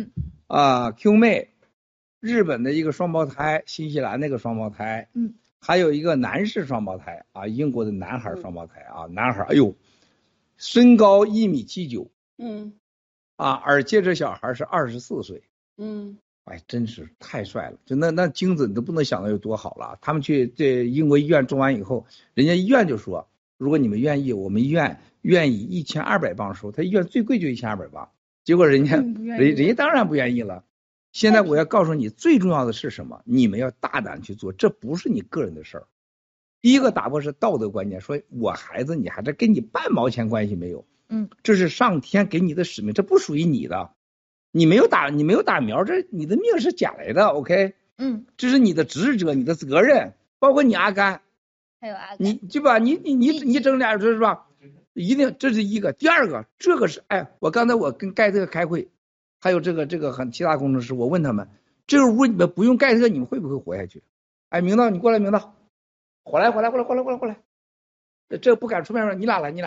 ，Q 妹，日本的一个双胞胎，新西兰那个双胞胎，还有一个男士双胞胎啊，英国的男孩双胞胎啊，男孩，哎呦，身高1.79米，而且这小孩是24岁，哎，真是太帅了！就那精子你都不能想到有多好了。他们去这英国医院种完以后，人家医院就说，如果你们愿意，我们医院愿意1200磅收，他医院最贵就1200磅。结果人家当然不愿意了。现在我要告诉你，最重要的是什么？你们要大胆去做，这不是你个人的事儿。第一个打破是道德观念，说我孩子你还是跟你半毛钱关系没有，这是上天给你的使命，这不属于你的。你没有打苗，这你的命是捡来的 ，OK？ 这是你的职责，你的责任，包括你阿甘， 还有阿甘， 你对吧？你整俩是吧？一定，这是一个。第二个，这个是我刚才我跟盖特开会，还有这个很其他工程师，我问他们，这个屋你们不用盖特，你们会不会活下去？哎，明道你过来，明道，过来，这不敢出面，你俩来，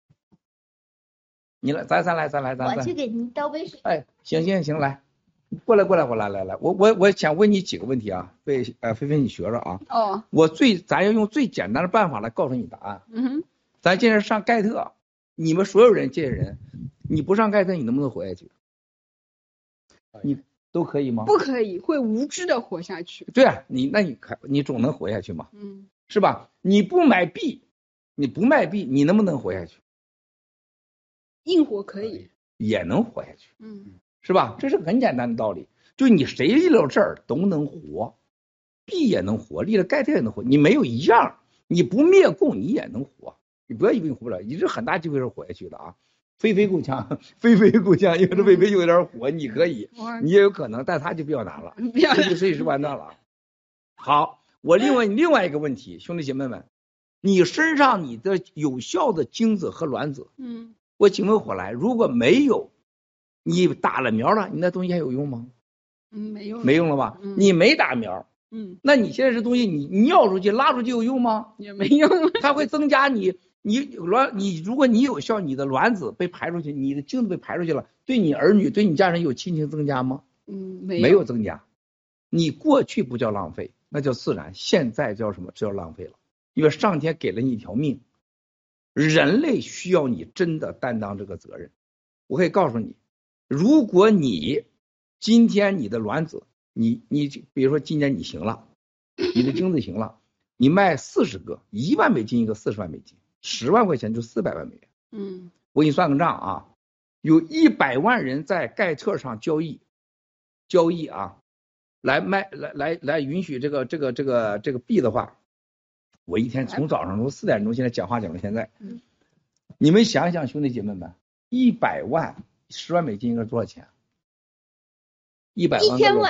咱来， 我去给您倒杯水。 哎，行，来，过来，来，我想问你几个问题啊，菲菲你学着啊。咱要用最简单的办法来告诉你答案。咱现在上盖特，你们所有人这些人，你不上盖特，你能不能活下去？你都可以吗？ 不可以，会无知的活下去。 对啊，你总能活下去嘛？是吧？你不买币，你能不能活下去？ 硬活可以， 也能活下去，是吧？这是很简单的道理。就你谁立了这儿都能活，币也能活，立了盖特也能活。你没有一样，你不灭共你也能活。你不要以为你活不了，你是很大机会是活下去的啊。菲菲够呛，因为这菲菲有点火，你可以，你也有可能，但他就比较难了，这就随时完蛋了。好，我另外一个问题，兄弟姐妹们，你身上你的有效的精子和卵子，我请问火来，如果没有，你打了苗了，你那东西还有用吗？没用了吧？你没打苗，那你现在这东西你尿出去拉出去有用吗？ 也没用， 它会增加你如果你有效，你的卵子被排出去，你的精子被排出去了，对你儿女对你家人有亲情增加吗？没有增加。你过去不叫浪费，那叫自然，现在叫什么？这叫浪费了，因为上天给了你一条命，人类需要你真的担当这个责任。我可以告诉你，如果你今天你的卵子，你比如说今年你行了，你的精子行了，你卖40个，1万美金一个，40万美金，10万块钱就400万美元。我给你算个账啊，有100万人在盖特上交易啊，来卖来允许这个币的话，我一天从早上从4点钟现在讲话讲到现在，你们想想兄弟姐妹们，100万10万美金应该多少钱？100万 1000万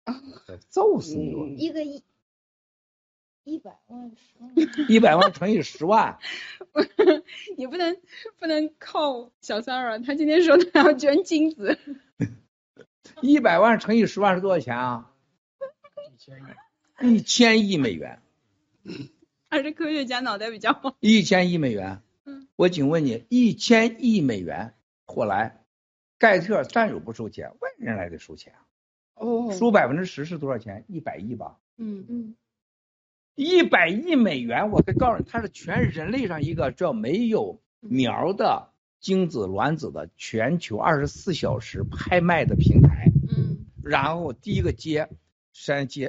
揍死你我！ 一个100万10万 100万乘以10万， 你不能靠小三儿啊！他今天说他要捐精子 100万乘以10万是多少钱啊？1000亿美元。 还是科学家脑袋比较好。 1000亿美元。我请问你，1000亿美元后来，盖特战友不收钱，外人来得收钱。收10%是多少钱？100亿吧。100亿美元，我可以告诉你，它是全人类上一个叫没有苗的精子卵子的全球24小时拍卖的平台。然后第一个接先接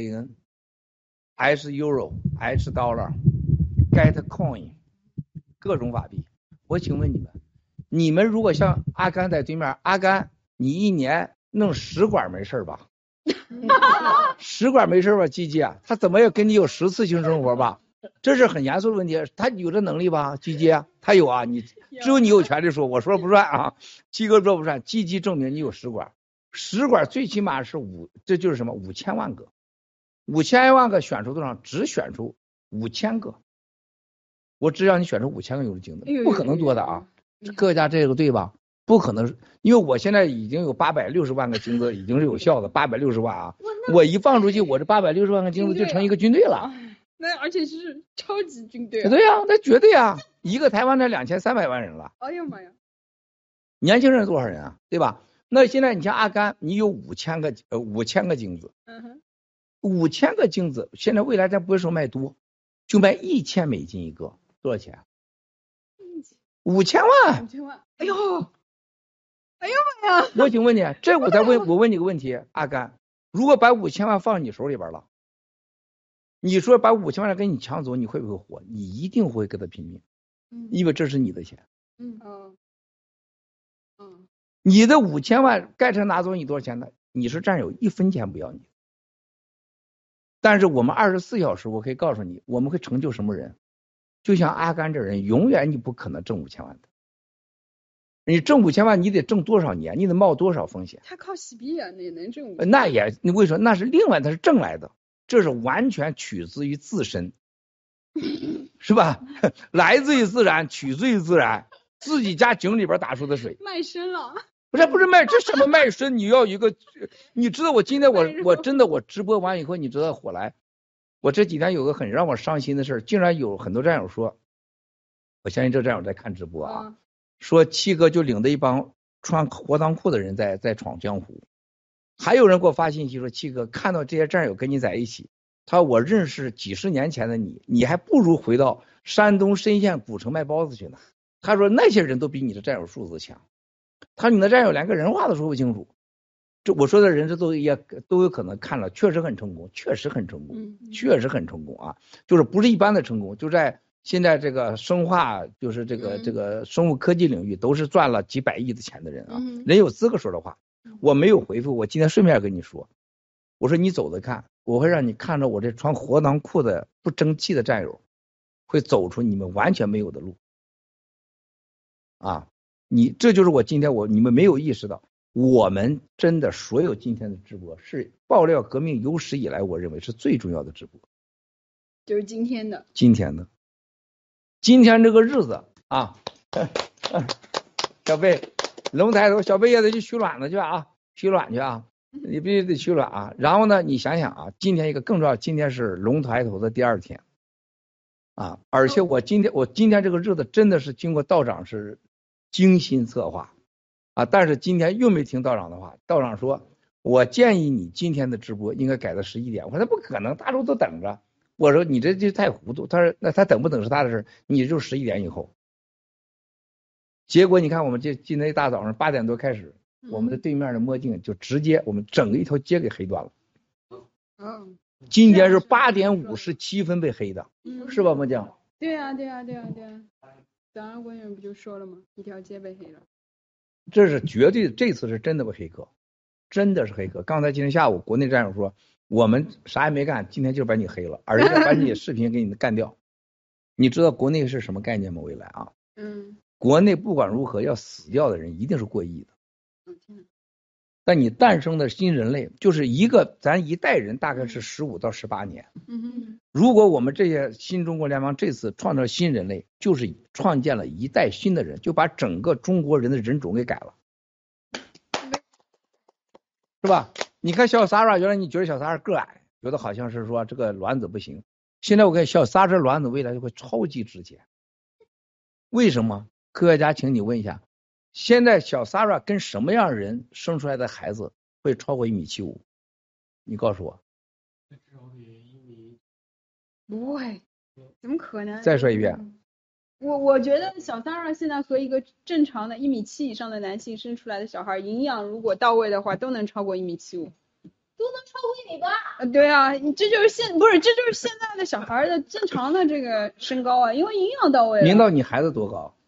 HCN、H Euro、H Dollar、Get Coin 各种法币。我请问你们如果像阿甘在对面，阿甘你一年弄10管没事吧？10管没事吧，鸡鸡啊，他怎么也跟你有10次性生活吧？这是很严肃的问题，他有这能力吧？鸡鸡，他有啊，你只有你有权利说，我说不算啊，鸡哥说不算，鸡鸡证明你有10管，10管最起码是这就是什么5000万个，5000万个选出多少？只选出5000个，我只让你选出5000个有精子，不可能多的啊，科学家这个对吧？不可能，因为我现在已经有860万个精子已经是有效的，860万啊！我一放出去，我这860万个精子就成一个军队了。 那而且是超级军队。 对呀，那绝对啊！一个台湾才2300万人了。 哎呀妈呀！ 年轻人多少人啊？对吧？那现在你像阿甘，你有5000个精子，5000个精子，现在未来咱不会说卖多，就卖$1000一个，多少钱？5000万。 5000万！哎呦！哎呦妈呀！ 我请问你，这我问你个问题，阿甘，如果把5000万放你手里边了，你说把5000万跟你抢走，你会不会活？你一定会跟他拼命，因为这是你的钱。你的5000万盖特拿走你多少钱呢？你是占有1分钱不要你。但是我们24小时，我可以告诉你，我们会成就什么人？就像阿甘这人，永远你不可能挣5000万的。你挣5000万，你得挣多少年？你得冒多少风险？ 他靠洗币啊，那能挣那也，你为什么？那是另外，他是挣来的，这是完全取自于自身，是吧？来自于自然，取自于自然，自己家井里边打出的水。 卖身了？ 不是卖，这什么卖身？你要一个，你知道我今天我真的我直播完以后，你知道火来，我这几天有个很让我伤心的事，竟然有很多战友说，我相信这战友在看直播啊。说七哥就领着一帮穿活裆裤的人在闯江湖，还有人给我发信息说，七哥看到这些战友跟你在一起，他说我认识几十年前的你还不如回到山东莘县古城卖包子去呢。他说那些人都比你的战友数字强，他说你的战友连个人话都说不清楚。这我说的人这都有可能看了，确实很成功，确实很成功啊，就是不是一般的成功，就在现在这个生化，就是这个生物科技领域都是赚了几百亿的钱的人啊，人有资格说的话。我没有回复，我今天顺便跟你说，我说你走着看，我会让你看着我这穿活裆裤的不争气的战友会走出你们完全没有的路啊！这就是我今天你们没有意识到，我们真的所有今天的直播是爆料革命有史以来我认为是最重要的直播， 就是今天这个日子啊，小贝龙抬头，小贝也得去取卵子去啊，取卵去啊，你必须得取卵啊。然后呢，你想想啊，今天一个更重要，今天是龙抬头的第2天啊，而且我今天这个日子真的是经过道长是精心策划啊，但是今天又没听道长的话，道长说，我建议你今天的直播应该改到11点，我说不可能，大家都等着。我说你这就太糊涂，他说那他等不等是他的事，你就11点以后。结果你看我们今天一大早上8点多开始，我们的对面的墨镜就直接我们整个一条街给黑断了。今天是8点57分被黑的，是吧，墨镜？ 对啊。早上官员不就说了吗？一条街被黑了。 这是绝对，这次是真的被黑客，真的是黑客。刚才今天下午国内战友说，我们啥也没干，今天就把你黑了，而且把你视频给你干掉。你知道国内是什么概念吗？未来啊，国内不管如何要死掉的人一定是过亿的， 但你诞生的新人类就是咱一代人大概是15到18年。如果我们这些新中国联邦这次创造新人类，就是创建了一代新的人，就把整个中国人的人种给改了，是吧？你看小撒拉，原来你觉得小撒拉个矮，觉得好像是说这个卵子不行，现在我看小撒拉卵子未来就会超级值钱。为什么？科学家，请你问一下，现在小撒拉跟什么样人生出来的孩子会超过1.75米？你告诉我。 不会，怎么可能？ 再说一遍。 我觉得小撒拉现在和一个正常的1.7米以上的男性生出来的小孩，营养如果到位的话，都能超过1.75米， 都能超过1.8米。 对啊，这就是现在的小孩的正常的这个身高啊，因为营养到位了。 领导，你孩子多高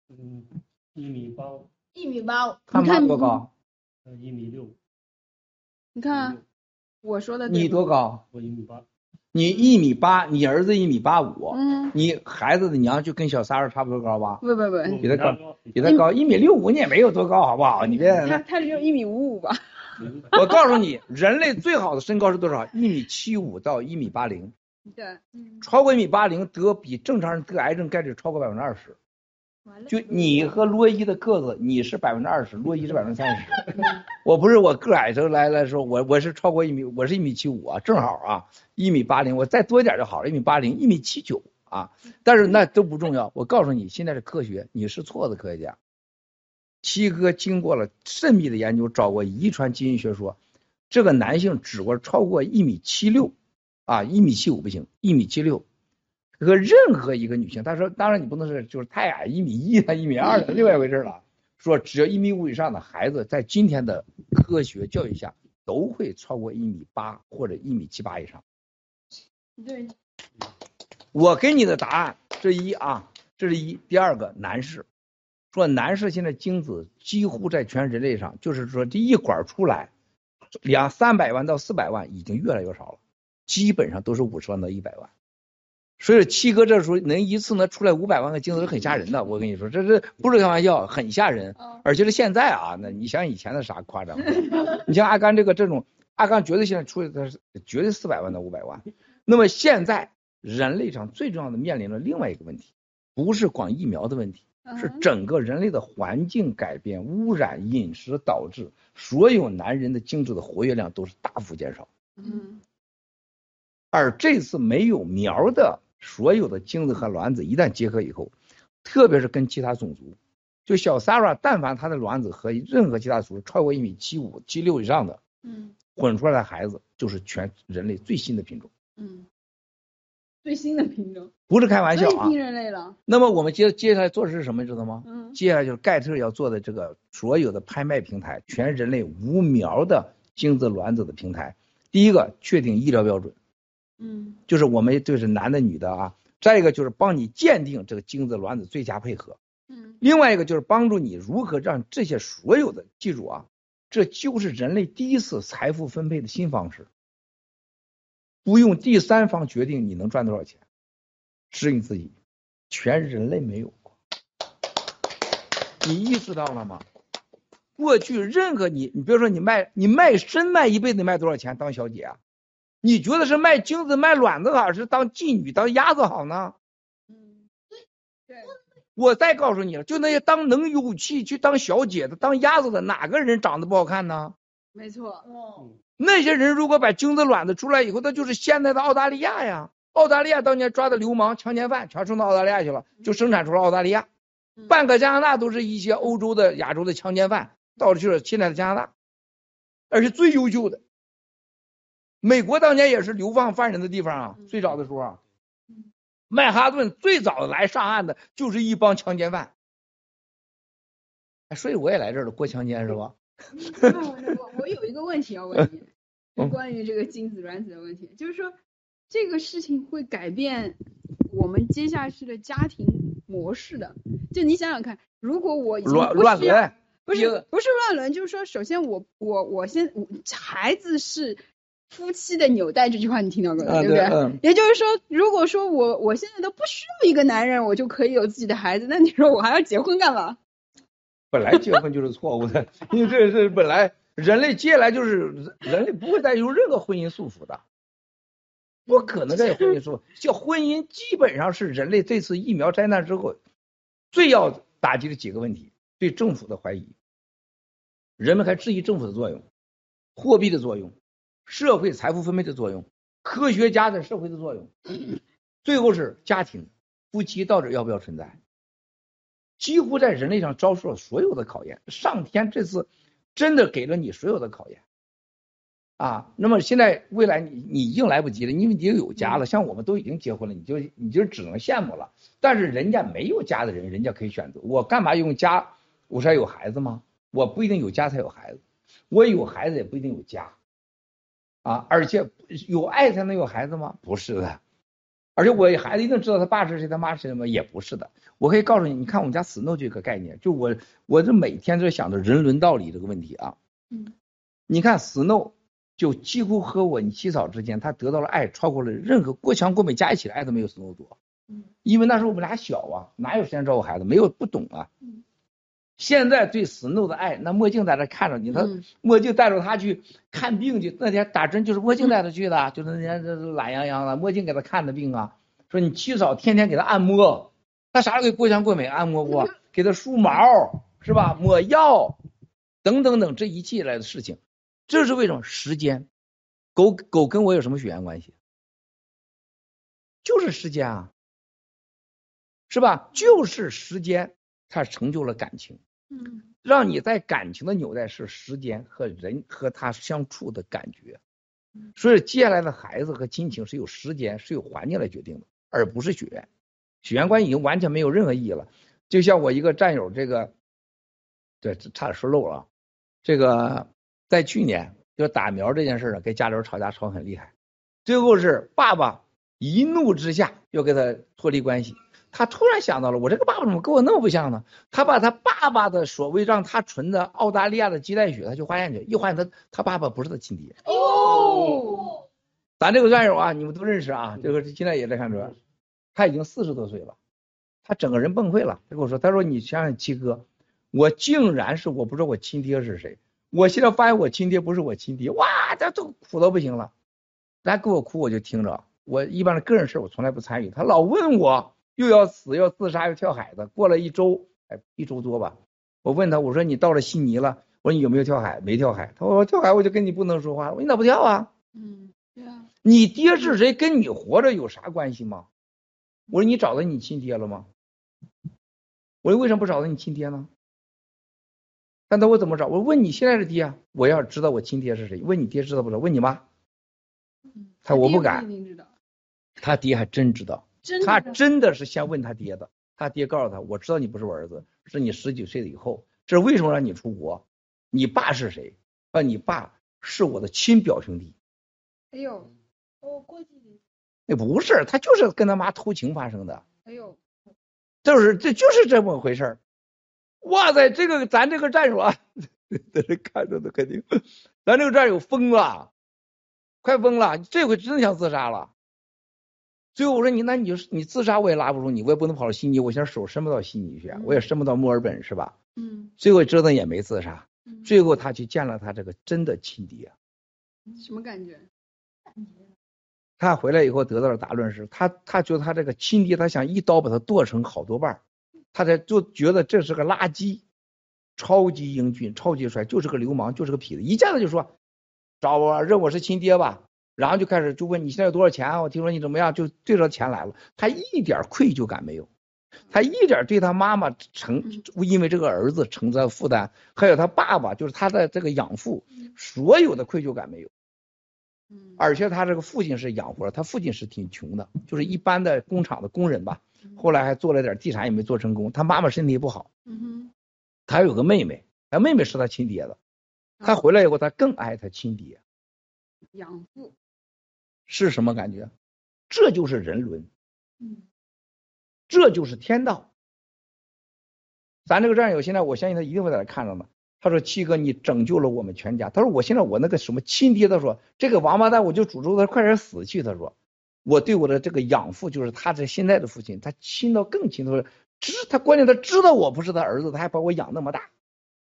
？1.85米。1.85米。 他妈多高 ？1.6米。 你看，我说的你多高？ 我1.8米。 你1.8米，你儿子1.85米，你孩子的娘就跟小撒拉差不多高吧？ 不， 比他高1.65米，你也没有多高，好不好？你别他只有1.55米吧？ 我告诉你，人类最好的身高是多少？1.75米到1.80米。 对， 超过1.80米得比正常人得癌症概率超过20%。就你和罗伊的个子，你是20%，罗伊是30%。我不是我个矮时候来说，我是超过1米，我是1.75米啊，正好啊，1.80米，我再多一点就好了，1.80米，1.79米啊。但是那都不重要，我告诉你，现在是科学，你是错的科学家。七哥经过了慎密的研究，找过遗传基因学说，这个男性只过超过1.76米啊，1.75米不行，1.76米。和任何一个女性，他说，当然你不能是就是太矮1.1米的、1.2米的，另外一回事了。说只要1.5米以上的孩子，在今天的科学教育下，都会超过1.8米或者1.78米以上。 对， 我给你的答案，这是一。第二个，男士说，男士现在精子几乎在全人类上，就是说这一管出来300万到400万已经越来越少了，基本上都是50万到100万。所以七哥这时候能一次出来500万个精子是很吓人的，我跟你说，这是不是开玩笑，很吓人。而且是现在啊，那你想以前的啥夸张？你像阿甘这种，阿甘绝对现在出来的是绝对400万到500万。那么现在人类上最重要的面临了另外一个问题，不是光疫苗的问题，是整个人类的环境改变、污染、饮食导致所有男人的精子的活跃量都是大幅减少。而这次没有苗的所有的精子和卵子一旦结合以后，特别是跟其他种族，就小 Sarah 但凡他的卵子和任何其他种族超过1.75米、1.76米以上的，混出来的孩子就是全人类最新的品种。 最新的品种， 不是开玩笑啊！ 最新人类了。 那么我们接下来做的是什么，知道吗？接下来就是盖特要做的这个所有的拍卖平台，全人类无苗的精子卵子的平台。第一个确定医疗标准，就是我们就是男的女的啊。再一个就是帮你鉴定这个精子卵子最佳配合。另外一个就是帮助你如何让这些所有的，记住啊，这就是人类第一次财富分配的新方式。不用第三方决定你能赚多少钱，是你自己，全人类没有过。你意识到了吗？过去任何你比如说你卖身卖一辈子，你卖多少钱当小姐啊？你觉得是卖精子卖卵子好，是当妓女当鸭子好呢？ 对。 我再告诉你了，就那些当能有气去当小姐的当鸭子的，哪个人长得不好看呢？ 没错。 那些人如果把精子卵子出来以后，那就是现在的澳大利亚呀。澳大利亚当年抓的流氓强奸犯全送到澳大利亚去了，就生产出了澳大利亚。半个加拿大都是一些欧洲的亚洲的强奸犯到了去了现在的加拿大，而且最优秀的。美国当年也是流放犯人的地方啊，最早的时候啊，曼哈顿最早来上岸的就是一帮强奸犯。所以我也来这儿了，过强奸是吧？ 我有一个问题要问你，关于这个精子卵子的问题，就是说这个事情会改变我们接下去的家庭模式的。就你想想看，如果我已经乱伦， 不是乱伦，就是说，首先我孩子是夫妻的纽带，这句话你听到过的，对不对？也就是说，如果说我现在都不需要一个男人，我就可以有自己的孩子，那你说我还要结婚干嘛？ 本来结婚就是错误的，因为这是本来人类接下来就是人类不会再有任何婚姻束缚的，不可能再有婚姻束缚。叫婚姻基本上是人类这次疫苗灾难之后最要打击的几个问题：对政府的怀疑，人们还质疑政府的作用，货币的作用，社会财富分配的作用，科学家在社会的作用，最后是家庭夫妻到底要不要存在。几乎在人类上遭受了所有的考验，上天这次真的给了你所有的考验啊！那么现在未来你已经来不及了，因为你有家了，像我们都已经结婚了，你就只能羡慕了。但是人家没有家的人，人家可以选择，我干嘛用家？我是要有孩子吗？我不一定有家才有孩子，我有孩子也不一定有家啊！而且有爱才能有孩子吗？不是的。而且我孩子一定知道他爸是谁，他妈是谁吗？也不是的。我可以告诉你，你看我们家 Snow 这个概念，就我这每天在想着人伦道理这个问题啊。你看 Snow 就几乎和我你洗澡之间，他得到了爱超过了任何郭强郭美加一起的爱都没有 Snow 多。因为那时候我们俩小啊，哪有时间照顾孩子，没有不懂啊。现在对 Snow 的爱，那墨镜在这看着你，他墨镜带着他去看病去，那天打针就是墨镜带他去的，就是那天这懒洋洋的，墨镜给他看的病啊。说你七嫂天天给他按摩，他啥时候给郭强郭美按摩过？给他梳毛是吧？抹药等等等这一系列的事情，这是为什么？时间，狗跟我有什么血缘关系？就是时间啊，是吧？就是时间，它成就了感情。让你在感情的纽带是时间和人和他相处的感觉，所以接下来的孩子和亲情是由时间是由环境来决定的，而不是血缘。血缘关系已经完全没有任何意义了。就像我一个战友，这个对差点说漏了，这个在去年就打苗这件事呢，跟家里人吵架吵很厉害，最后是爸爸一怒之下要跟他脱离关系。他突然想到了，我这个爸爸怎么跟我那么不像呢？他把他爸爸的所谓让他存的澳大利亚的鸡蛋血，他就化验去，一化验他爸爸不是他亲爹。咱这个战友啊，你们都认识啊，这个现在也在看着，他已经40多岁了，他整个人崩溃了。他跟我说，他说你想想七哥，我竟然是我不知道我亲爹是谁，我现在发现我亲爹不是我亲爹，哇，他都苦到不行了。他给我哭我就听着，我一般的个人事我从来不参与，他老问我。又要死，要自杀，要跳海的。过了1周，1周多吧。我问他，我说你到了悉尼了，我说你有没有跳海？没跳海。他说我跳海我就跟你不能说话。我说你咋不跳啊？ 对啊。你爹是谁？跟你活着有啥关系吗？我说你找到你亲爹了吗？我说为什么不找到你亲爹呢？但他我怎么找？我问你现在是爹，我要知道我亲爹是谁。问你爹知道不知道？问你妈。他我不敢。他爹还真知道。他真的是先问他爹的，他爹告诉他，我知道你不是我儿子，是你10几岁了以后，这是为什么让你出国？你爸是谁？你爸是我的亲表兄弟。 哎呦，过继的。 那不是，他就是跟他妈偷情发生的。 哎呦， 这就是这么回事儿。哇塞，咱这个战友啊，在这看着的肯定，咱这个战友疯了，快疯了，这回真的想自杀了。最后我说你自杀我也拉不住你，我也不能跑到悉尼，我现在手伸不到悉尼去，我也伸不到墨尔本是吧？最后折腾也没自杀，最后他去见了他这个真的亲爹。 什么感觉？ 他回来以后得到的答论是，他觉得他这个亲爹，他想一刀把他剁成好多瓣，他才就觉得这是个垃圾，超级英俊，超级帅，就是个流氓，就是个痞子，一见他就说找我认我是亲爹吧。然后就开始就问你现在有多少钱啊？我听说你怎么样？就对着钱来了，他一点愧疚感没有，他一点对他妈妈因为这个儿子承担负担，还有他爸爸就是他的这个养父，所有的愧疚感没有。而且他这个父亲是养活了，他父亲是挺穷的，就是一般的工厂的工人吧，后来还做了点地产也没做成功。他妈妈身体不好，他有个妹妹，他妹妹是他亲爹的，他回来以后他更爱他亲爹。 养父是什么感觉？这就是人伦，这就是天道。咱这个战友现在我相信他一定会在这看着呢。他说七哥你拯救了我们全家。他说我现在我那个什么亲爹，他说这个王八蛋我就诅咒他快点死去。他说我对我的这个养父就是他这现在的父亲，他亲到更亲。他说他关键他知道我不是他儿子，他还把我养那么大，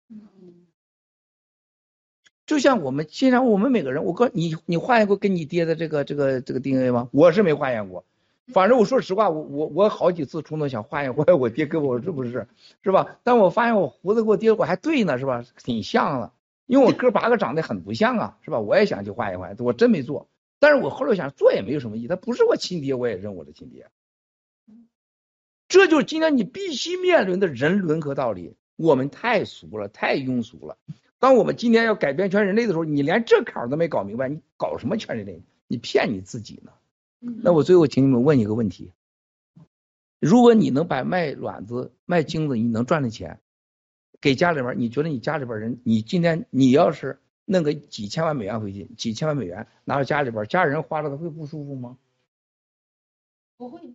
就像我们经常我们每个人，我告诉你，你化验过跟你爹的这个 DNA 吗？我是没化验过。反正我说实话，我好几次冲动想化验我爹跟我是不是吧？但我发现我胡子跟我爹我还对呢，是吧？挺像的，因为我哥8个长得很不像啊，是吧？我也想去化验，我真没做。但是我后来想做也没有什么意义，他不是我亲爹，我也认我的亲爹。这就是今天你必须面临的人伦和道理。我们太俗了，太庸俗了。当我们今天要改变全人类的时候，你连这坎都没搞明白，你搞什么全人类？你骗你自己呢？那我最后请你们问一个问题：如果你能把卖卵子、卖精子，你能赚的钱，给家里边，你觉得你家里边人，你今天你要是弄个几千万美元回去，几千万美元拿到家里边，家人花了他会不舒服吗？ 不会。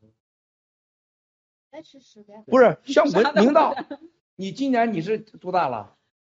爱吃屎呗。 不是，像领导，你今年你是多大了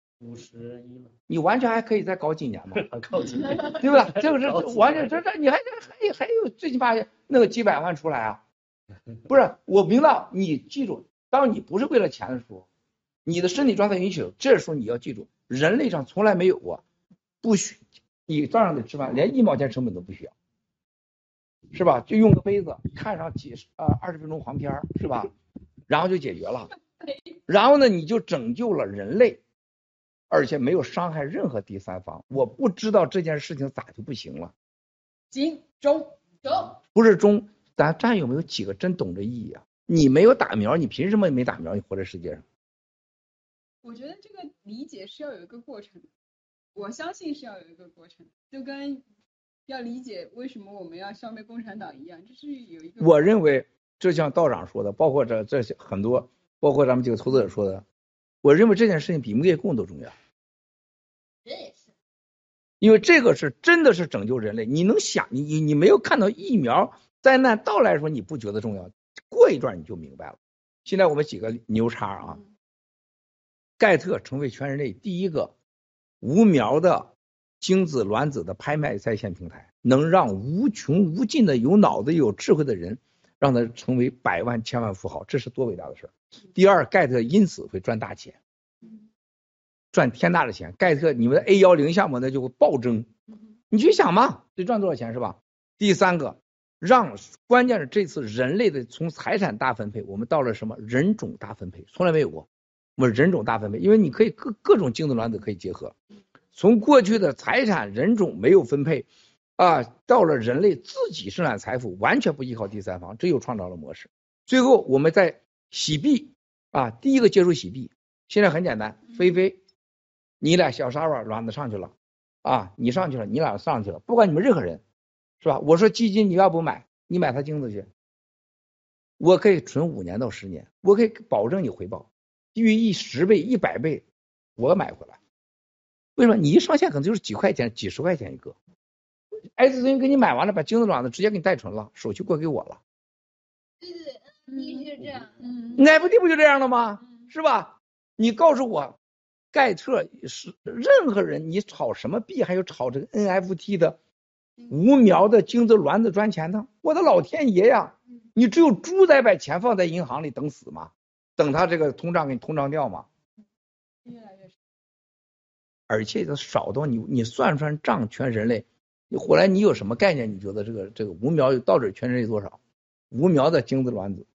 ？51了。 你完全还可以再搞几年嘛？ 搞几年， 对吧？这个是完全这你还有最起码那个几百万出来啊！不是，我领导，你记住，当你不是为了钱的时候，你的身体状态允许，这时候你要记住，人类上从来没有过，不许你照样得吃饭，连1毛钱成本都不需要。是吧？就用个杯子看上20分钟黄片是吧？然后就解决了。然后呢，你就拯救了人类，而且没有伤害任何第三方。我不知道这件事情咋就不行了。 行，中不是中，咱有没有几个真懂这意义啊？你没有打苗，你凭什么没打苗？你活在世界上？ 我觉得这个理解是要有一个过程，我相信是要有一个过程，就跟要理解为什么我们要消灭共产党一样，这是有一个。 我认为这像道长说的，包括这些很多，包括咱们几个投资者说的，我认为这件事情比灭共都重要。 人也是， 因为这个是真的是拯救人类。你能想，你没有看到疫苗灾难到来的时候，你不觉得重要，过一段你就明白了。现在我们几个牛叉啊，盖特成为全人类第一个无苗的精子卵子的拍卖在线平台，能让无穷无尽的有脑子有智慧的人让他成为百万千万富豪，这是多伟大的事儿。第二，盖特因此会赚大钱，赚天大的钱。盖特你们的 A10项目那就会暴增，你去想嘛，得赚多少钱是吧？第三个，关键是这次人类的从财产大分配，我们到了什么人种大分配，从来没有过。我们人种大分配，因为你可以各种精子卵子可以结合。从过去的财产人种没有分配啊，到了人类自己生产财富，完全不依靠第三方，这又创造了模式。最后我们在洗币啊，第一个接触洗币，现在很简单，菲菲，你俩小沙瓦卵子上去了啊，你上去了，你俩上去了，不管你们任何人，是吧？我说基金你要不买，你买它精子去，我可以存5年到10年，我可以保证你回报，低于10倍、100倍，我买回来。为什么？你一上线可能就是几块钱、几十块钱一个，艾滋菌给你买完了，把精子卵子直接给你带纯了，手续过给我了。 对对对，你就这样 ，NFT 不就这样了吗？是吧？你告诉我，盖特是任何人，你炒什么币，还有炒这个 NFT 的无苗的精子卵子赚钱呢？我的老天爷呀！你只有猪才把钱放在银行里等死吗？等他这个通胀给你通胀掉吗？ 越来越少， 而且它少到你算不算账，全人类，后来你有什么概念？你觉得这个无苗到底全人类多少？无苗的精子卵子？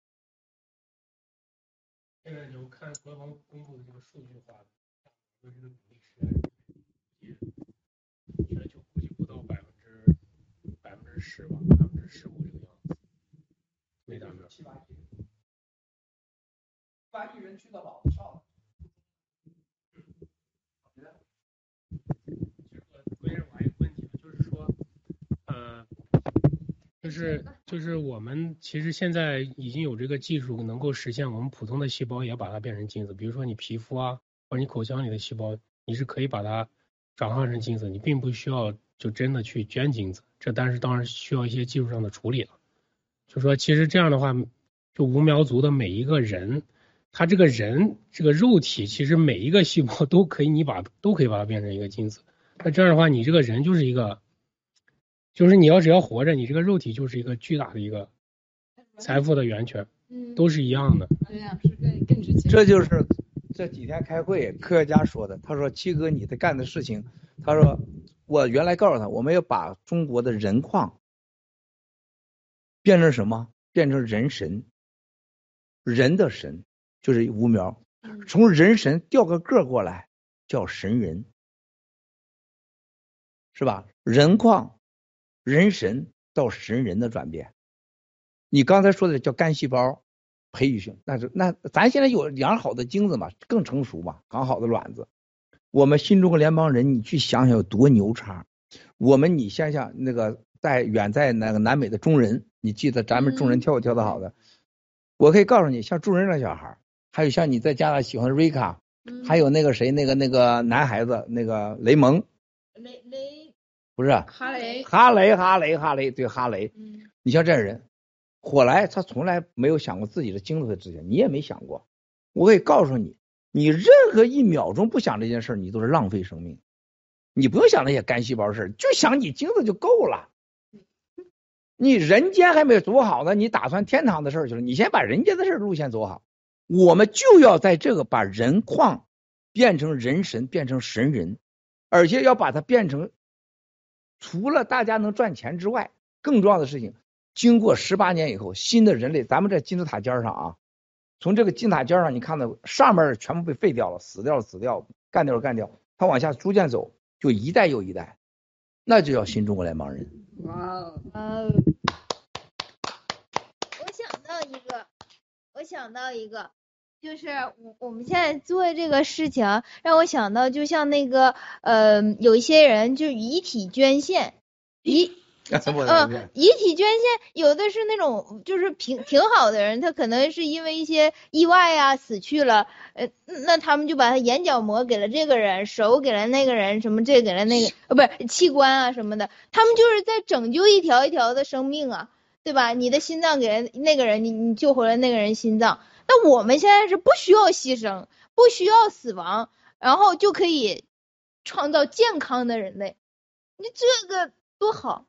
现在就看官方公布的这个数据化的，这个比例实在是全球估计不到10%吧，15%这个样子。没达到。7、8亿人去到老子上了。昨天我还有个问题，就是说，就是我们其实现在已经有这个技术能够实现我们普通的细胞也把它变成精子，比如说你皮肤啊，或者你口腔里的细胞，你是可以把它转化成精子，你并不需要就真的去捐精子，但是当然需要一些技术上的处理了。就说其实这样的话，就无苗族的每一个人，他这个人这个肉体，其实每一个细胞都可以把它变成一个精子。那这样的话，你这个人就是一个，就是你只要活着，你这个肉体就是一个巨大的一个财富的源泉，都是一样的。 对呀，是更值钱。 这就是这几天开会，科学家说的，他说七哥你在干的事情，他说我原来告诉他，我们要把中国的人矿变成什么？变成人神，人的神就是无苗，从人神调个个过来叫神人，是吧？人矿、人神到神人的转变。你刚才说的叫干细胞培育性，那咱现在有养好的精子嘛，更成熟嘛，养好的卵子。我们新中国联邦人，你去想想有多牛叉。你想想那个远在那个南美的中人，你记得咱们中人跳舞跳得好的，我可以告诉你，像中人这小孩，还有像你在加拿大喜欢的瑞卡，还有那个谁，那个男孩子，那个雷蒙，不是哈雷， 对哈雷，你像这人，火来他从来没有想过自己的精子会值钱，你也没想过。我可以告诉你，你任何1秒钟不想这件事，你都是浪费生命。你不用想那些干细胞事，就想你精子就够了。你人间还没有走好呢，你打算天堂的事去了，你先把人间的事路线走好。我们就要在这个把人矿变成人神，变成神人，而且要把它变成除了大家能赚钱之外，更重要的事情，经过18年以后，新的人类，咱们这金字塔尖上啊，从这个金字塔尖上，你看到上面全部被废掉了，死掉，干掉，它往下逐渐走，就一代又一代，那就叫新中国联邦人。 哇哦！ 我想到一个，就是我们现在做这个事情，让我想到就像那个有一些人就遗体捐献，遗体捐献，有的是那种就是挺好的人，他可能是因为一些意外啊死去了，那他们就把他眼角膜给了这个人，手给了那个人，什么这给了那个，不是器官啊什么的，他们就是在拯救一条一条的生命啊，对吧？你的心脏给了那个人，你救回了那个人心脏，那我们现在是不需要牺牲，不需要死亡，然后就可以创造健康的人类，你这个多好。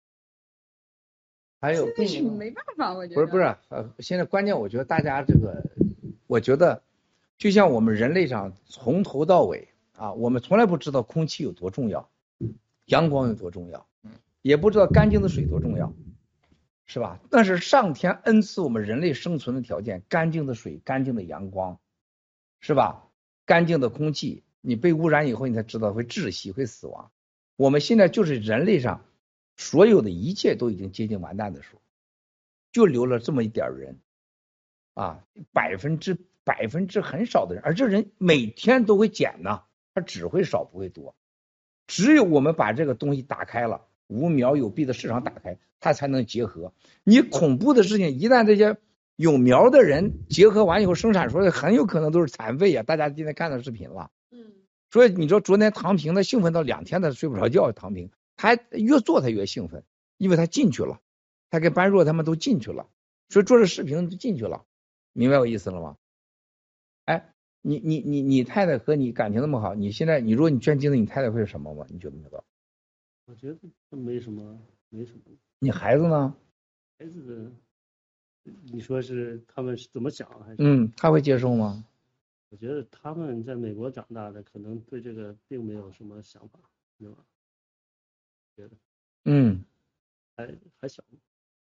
还有但是没办法，我觉得不是现在关键我觉得大家这个，我觉得就像我们人类上从头到尾啊，我们从来不知道空气有多重要，阳光有多重要，也不知道干净的水多重要，是吧？但是上天恩赐我们人类生存的条件，干净的水，干净的阳光，是吧？干净的空气，你被污染以后，你才知道会窒息，会死亡。我们现在就是人类上所有的一切都已经接近完蛋的时候，就留了这么一点人啊，百分之很少的人，而这人每天都会减呢，他只会少不会多。只有我们把这个东西打开了，无苗有弊的市场打开，它才能结合。你恐怖的事情，一旦这些有苗的人结合完以后生产出来，很有可能都是残废啊！大家今天看到视频了，所以你说昨天唐平他兴奋到2天他睡不着觉，唐平他越做他越兴奋，因为他进去了，他跟般若他们都进去了，所以做这视频就进去了，明白我意思了吗？哎，你太太和你感情那么好，你现在如果你捐精子，你太太会是什么吗？你觉得没有？ 我觉得没什么。 你孩子呢？ 孩子，你说是他们是怎么想还是？ 他会接受吗？ 我觉得他们在美国长大的，可能对这个并没有什么想法，对吧？觉得，还小。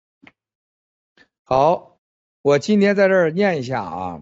好，我今天在这儿念一下啊。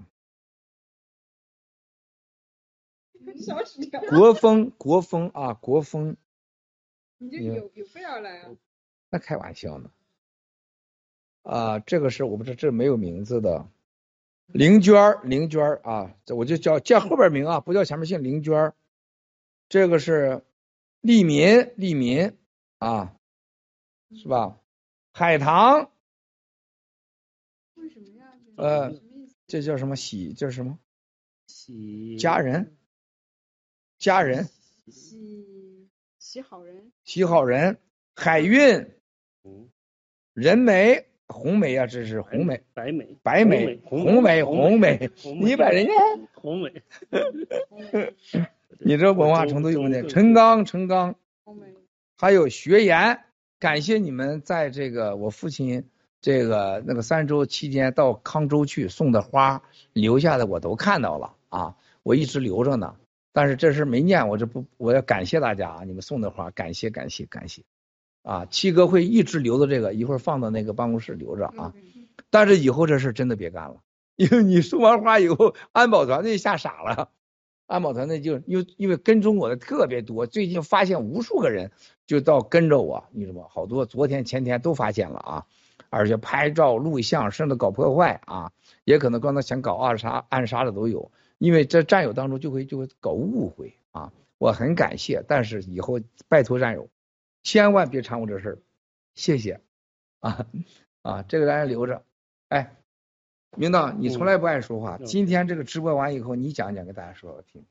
国风啊，国风。 你就有备而来啊？ 那开玩笑呢。这个是我们这没有名字的。凌娟啊，我就叫后边名啊，不叫前面姓凌娟。这个是利民啊，是吧？海棠。 为什么呀？ 这叫什么喜？这是什么？ 家人。喜好人。海运。人美。红梅啊，这是红梅，白梅，红梅，你把人家红梅， 你这文化程度有问题。陈刚，还有学言，感谢你们在这个我父亲那个3周期间到康州去送的花，留下的我都看到了啊。 我一直留着呢。但是这事没念，我要感谢大家啊！你们送的花，感谢啊！七哥会一直留着这个，一会儿放到那个办公室留着啊。但是以后这事真的别干了，因为你送完花以后，安保团队吓傻了。安保团队就因为跟踪我的特别多，最近发现无数个人就到跟着我，你知道吗？好多昨天前天都发现了啊，而且拍照录像，甚至搞破坏啊，也可能刚才想搞暗杀的都有。因为这战友当中就会搞误会啊，我很感谢，但是以后拜托战友千万别掺和这事儿，谢谢啊，这个咱留着。哎，明道你从来不爱说话，今天这个直播完以后你讲讲给大家说我听。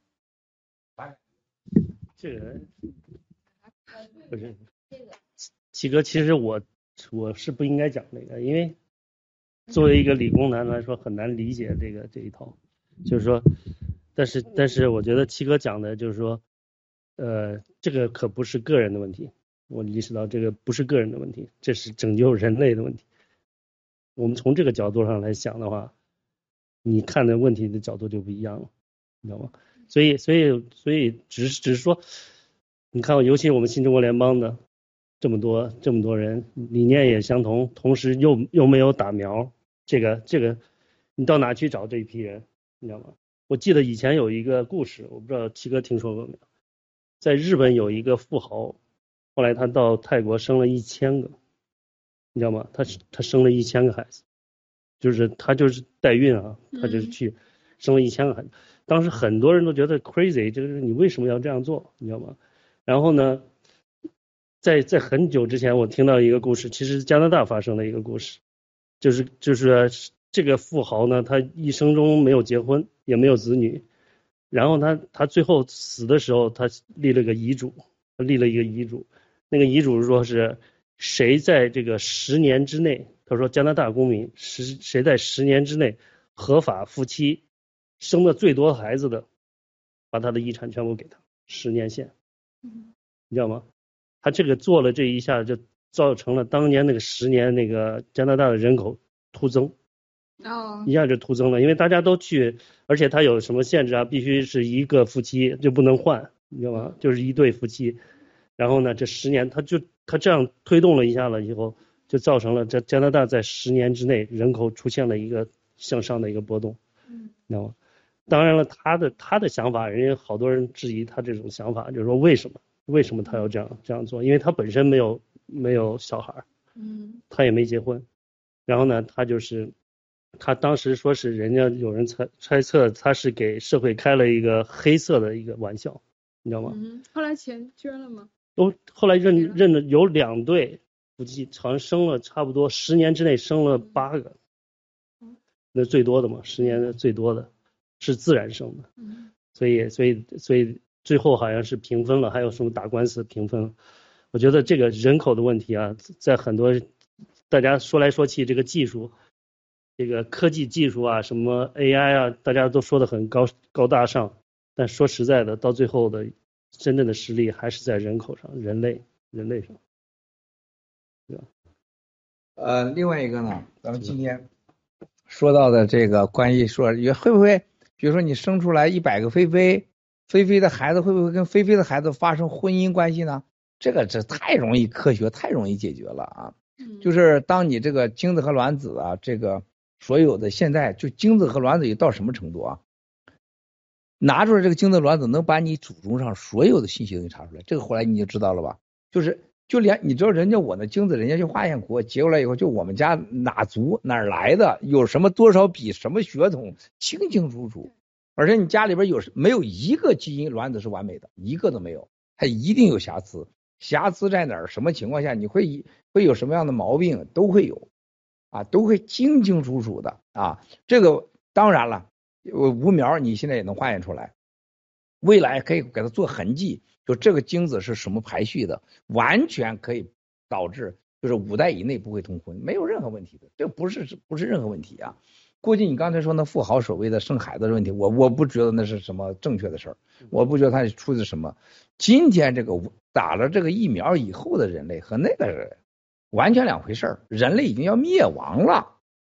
这个不是七哥，其实我是不应该讲这个，因为作为一个理工男来说很难理解这一套。就是说，但是我觉得七哥讲的就是说，这个可不是个人的问题，我意识到这个不是个人的问题，这是拯救人类的问题。我们从这个角度上来想的话，你看的问题的角度就不一样了，你知道吗？所以只是说，你看，尤其我们新中国联邦的这么多人，理念也相同，同时又没有打苗，这个你到哪去找这一批人？你知道吗？我记得以前有一个故事，我不知道七哥听说过没有？在日本有一个富豪，后来他到泰国生了1000个，你知道吗？他生了1000个孩子，他就是代孕啊，他就是去生了1000个孩子。当时很多人都觉得 crazy， 就是你为什么要这样做？你知道吗？然后呢，在很久之前，我听到一个故事，其实加拿大发生的一个故事，就是这个富豪呢，他一生中没有结婚，也没有子女，然后他最后死的时候，他立了一个遗嘱，那个遗嘱是说是谁在这个10年之内，他说加拿大公民谁在10年之内合法夫妻生的最多孩子的，把他的遗产全部给他，10年限，你知道吗？他这个做了这一下，就造成了当年那个10年那个加拿大的人口突增。一下就突增了，因为大家都去，而且他有什么限制啊？必须是一个夫妻，就不能换，你知道吗？就是一对夫妻。然后呢，这10年他这样推动了一下了以后，就造成了这加拿大在10年之内人口出现了一个向上的一个波动，你知道吗？当然了，他的想法，人家好多人质疑他这种想法，就是说为什么他要这样做？因为他本身没有小孩，他也没结婚，然后呢，他当时说是人家有人猜测他是给社会开了一个黑色的一个玩笑，你知道吗？ 后来钱捐了吗？ 后来认了有2对夫妻，好像生了差不多10年之内生了8个，那最多的嘛，10年的最多的是自然生的，所以最后好像是平分了，还有什么打官司平分了。我觉得这个人口的问题啊，在很多大家说来说去，这个技术。这个科技技术啊，什么 AI 啊，大家都说的很高大上，但说实在的，到最后的真正的实力还是在人口上，人类上，对吧？ 另外一个呢，咱们今天说到的这个关于说会不会，比如说你生出来100个菲菲的孩子，会不会跟菲菲的孩子发生婚姻关系呢？这太容易科学，太容易解决了啊！就是当你这个精子和卵子啊，这个所有的现在就精子和卵子到什么程度啊？拿出来这个精子卵子能把你祖宗上所有的信息都给查出来，这个后来你就知道了吧？就连你知道人家我那精子，人家去化验国结过来以后，就我们家哪族哪儿来的，有什么多少笔什么血统，清清楚楚。而且你家里边没有一个基因卵子是完美的，一个都没有，它一定有瑕疵。瑕疵在哪儿？什么情况下你会有什么样的毛病都会有啊，都会清清楚楚的啊。这个当然了，无苗你现在也能化验出来，未来可以给它做痕迹，就这个精子是什么排序的，完全可以导致就是5代以内不会通婚，没有任何问题的，这不是任何问题啊。估计你刚才说那富豪所谓的生孩子的问题，我不觉得那是什么正确的事儿，我不觉得他是出自什么。今天这个打了这个疫苗以后的人类和那个人完全两回事儿，人类已经要灭亡了，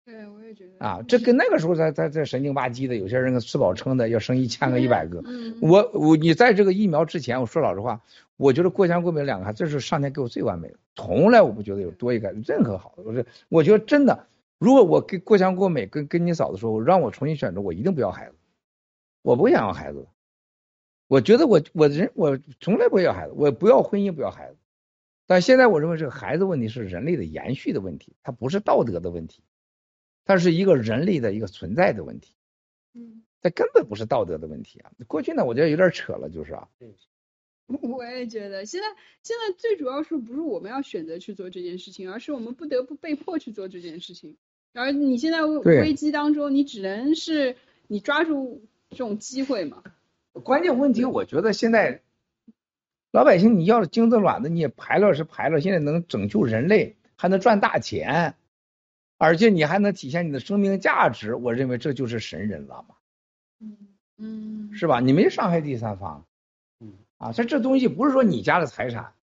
对，我也觉得啊，这跟那个时候在神经吧唧的，有些人吃饱撑的要生1000个100个。你在这个疫苗之前，我说老实话，我觉得过强过美2个孩子，这是上天给我最完美的，从来我不觉得有多一个任何好的。我觉得真的，如果我跟过强过美跟你嫂子说，让我重新选择，我一定不要孩子，我不会想要孩子的。我觉得我从来不会要孩子，我不要婚姻，不要孩子。但现在我认为这个孩子问题是人类的延续的问题，它不是道德的问题。它是一个人类的一个存在的问题，它根本不是道德的问题啊。过去呢，我觉得有点扯了，就是啊。 我也觉得，现在最主要是不是我们要选择去做这件事情，而是我们不得不被迫去做这件事情。而你现在危机当中，你只能是你抓住这种机会嘛。 关键问题，我觉得现在老百姓你要是精子卵子，你也排了是排了，现在能拯救人类，还能赚大钱。而且你还能体现你的生命价值，我认为这就是神人了嘛，是吧？你没伤害第三方，这东西不是说你家的财产，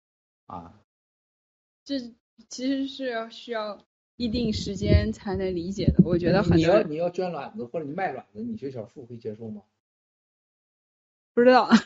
这其实是需要一定时间才能理解的。我觉得很多你要捐卵子或者你卖卵子，你学小树会接受吗？ 不知道，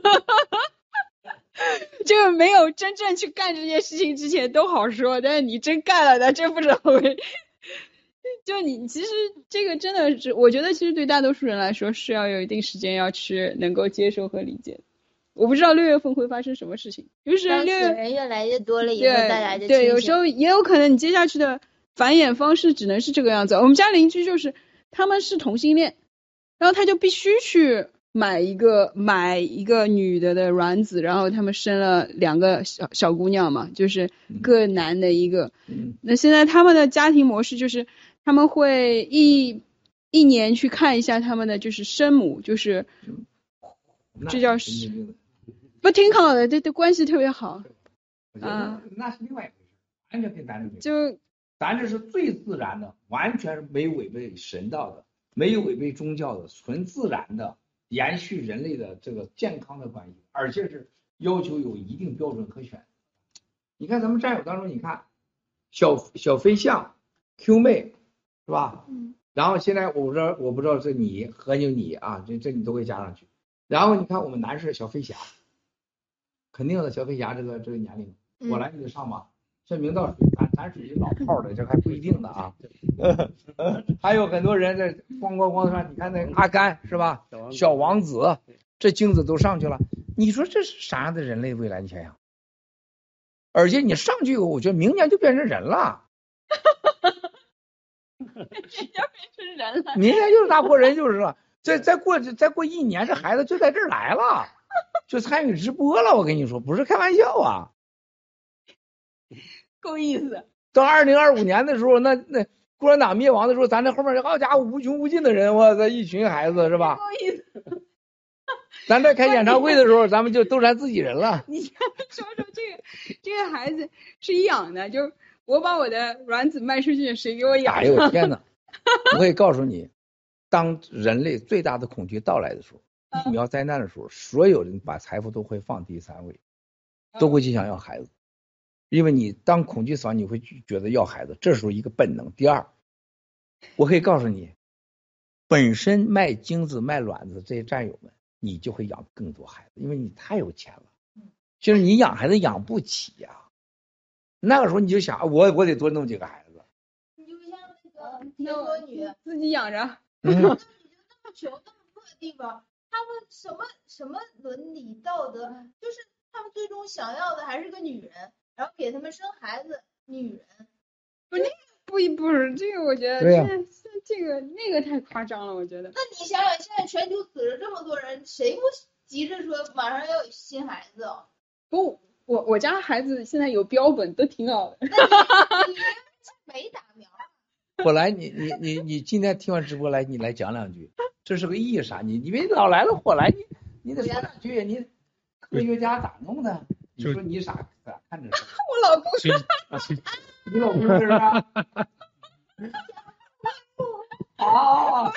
这个没有真正去干这件事情之前都好说，但是你真干了，那真不知道会。就你其实这个真的是，我觉得其实对大多数人来说是要有一定时间要去能够接受和理解。我不知道6月份会发生什么事情，就是6月人越来越多了以后，大家就对，有时候也有可能你接下去的繁衍方式只能是这个样子。我们家邻居就是他们是同性恋，然后他就必须去买一个女的卵子，然后他们生了2个小姑娘嘛，就是各男的一个。那现在他们的家庭模式就是他们会一年去看一下他们的就是生母，就是这叫不挺好的，对关系特别好啊。那是另外一回事，完全跟咱这没就咱这是最自然的，完全没违背神道的，没有违背宗教的，纯自然的延续人类的这个健康的关系，而且是要求有一定标准和选。你看咱们战友当中，你看小飞象 Q 妹是吧？然后现在我不知道是你和你啊，这你都会加上去。然后你看我们男士小飞侠，肯定的，小飞侠这个年龄，我来你得上马。这明道属于咱属于老炮的，这还不一定的啊。还有很多人在咣上，你看那阿甘是吧？小王子，这精子都上去了。你说这是啥样的人类未来？你想想。而且你上去以后，我觉得明年就变成人了。明年就是大活人就是了。再过1年，这孩子就在这儿来了，就参与直播了。我跟你说，不是开玩笑啊。 够意思。 到2025年的时候，那共产党灭亡的时候，咱这后面好家伙无穷无尽的人，哇，这一群孩子是吧？ 够意思。 咱这开演唱会的时候，咱们就都咱自己人了。 你说这个孩子谁养的？就我把我的卵子卖出去，谁给我养？ 哎呦天哪！我可以告诉你，当人类最大的恐惧到来的时候，疫苗灾难的时候，所有人把财富都会放第3位，都会去想要孩子，因为你当恐惧死，你会觉得要孩子，这时候一个本能。第二，我可以告诉你，本身卖精子卖卵子这些战友们，你就会养更多孩子，因为你太有钱了。就是你养孩子养不起呀，那个时候你就想，我得多弄几个孩子。 你就像那个田螺女自己养着。 那么穷那么破的地方，他们什么伦理道德，就是他们最终想要的还是个女人，然后给他们生孩子，女人。 不是这个，我觉得这个那个太夸张了，我觉得。 那你想想，现在全球死了这么多人，谁不急着说马上要有新孩子？ 不，我家孩子现在有标本，都挺好的。 你没打苗。 火来，你今天听完直播来，你来讲2句，这是个意啥？你别老来了，火来，你得说2句，你科学家咋弄的？你说你咋看着？ 我老公。 你老公是吧？好。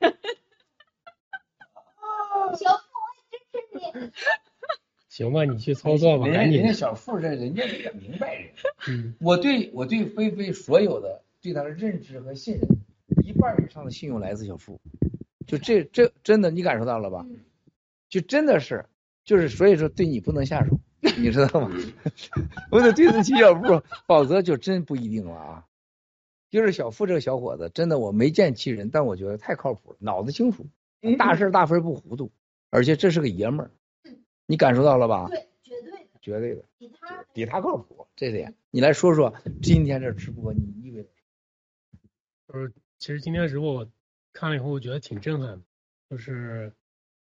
小付，我也支持你。 行吧，你去操作吧，赶紧。 人家小付人家也明白人。我对菲菲所有的对他的认知和信任， 1半以上的信用来自小夫，就这真的你感受到了吧？就真的是，就是所以说对你不能下手，你知道吗？我得对得起小夫，否则就真不一定了啊。就是小夫这个小伙子，真的我没见其人，但我觉得太靠谱了，脑子清楚，大事大非不糊涂，而且这是个爷们儿，你感受到了吧？ 对，绝对的， 比他靠谱，这点你来说说今天这直播你意味着什么？ 其实今天直播我看了以后，我觉得挺震撼的，就是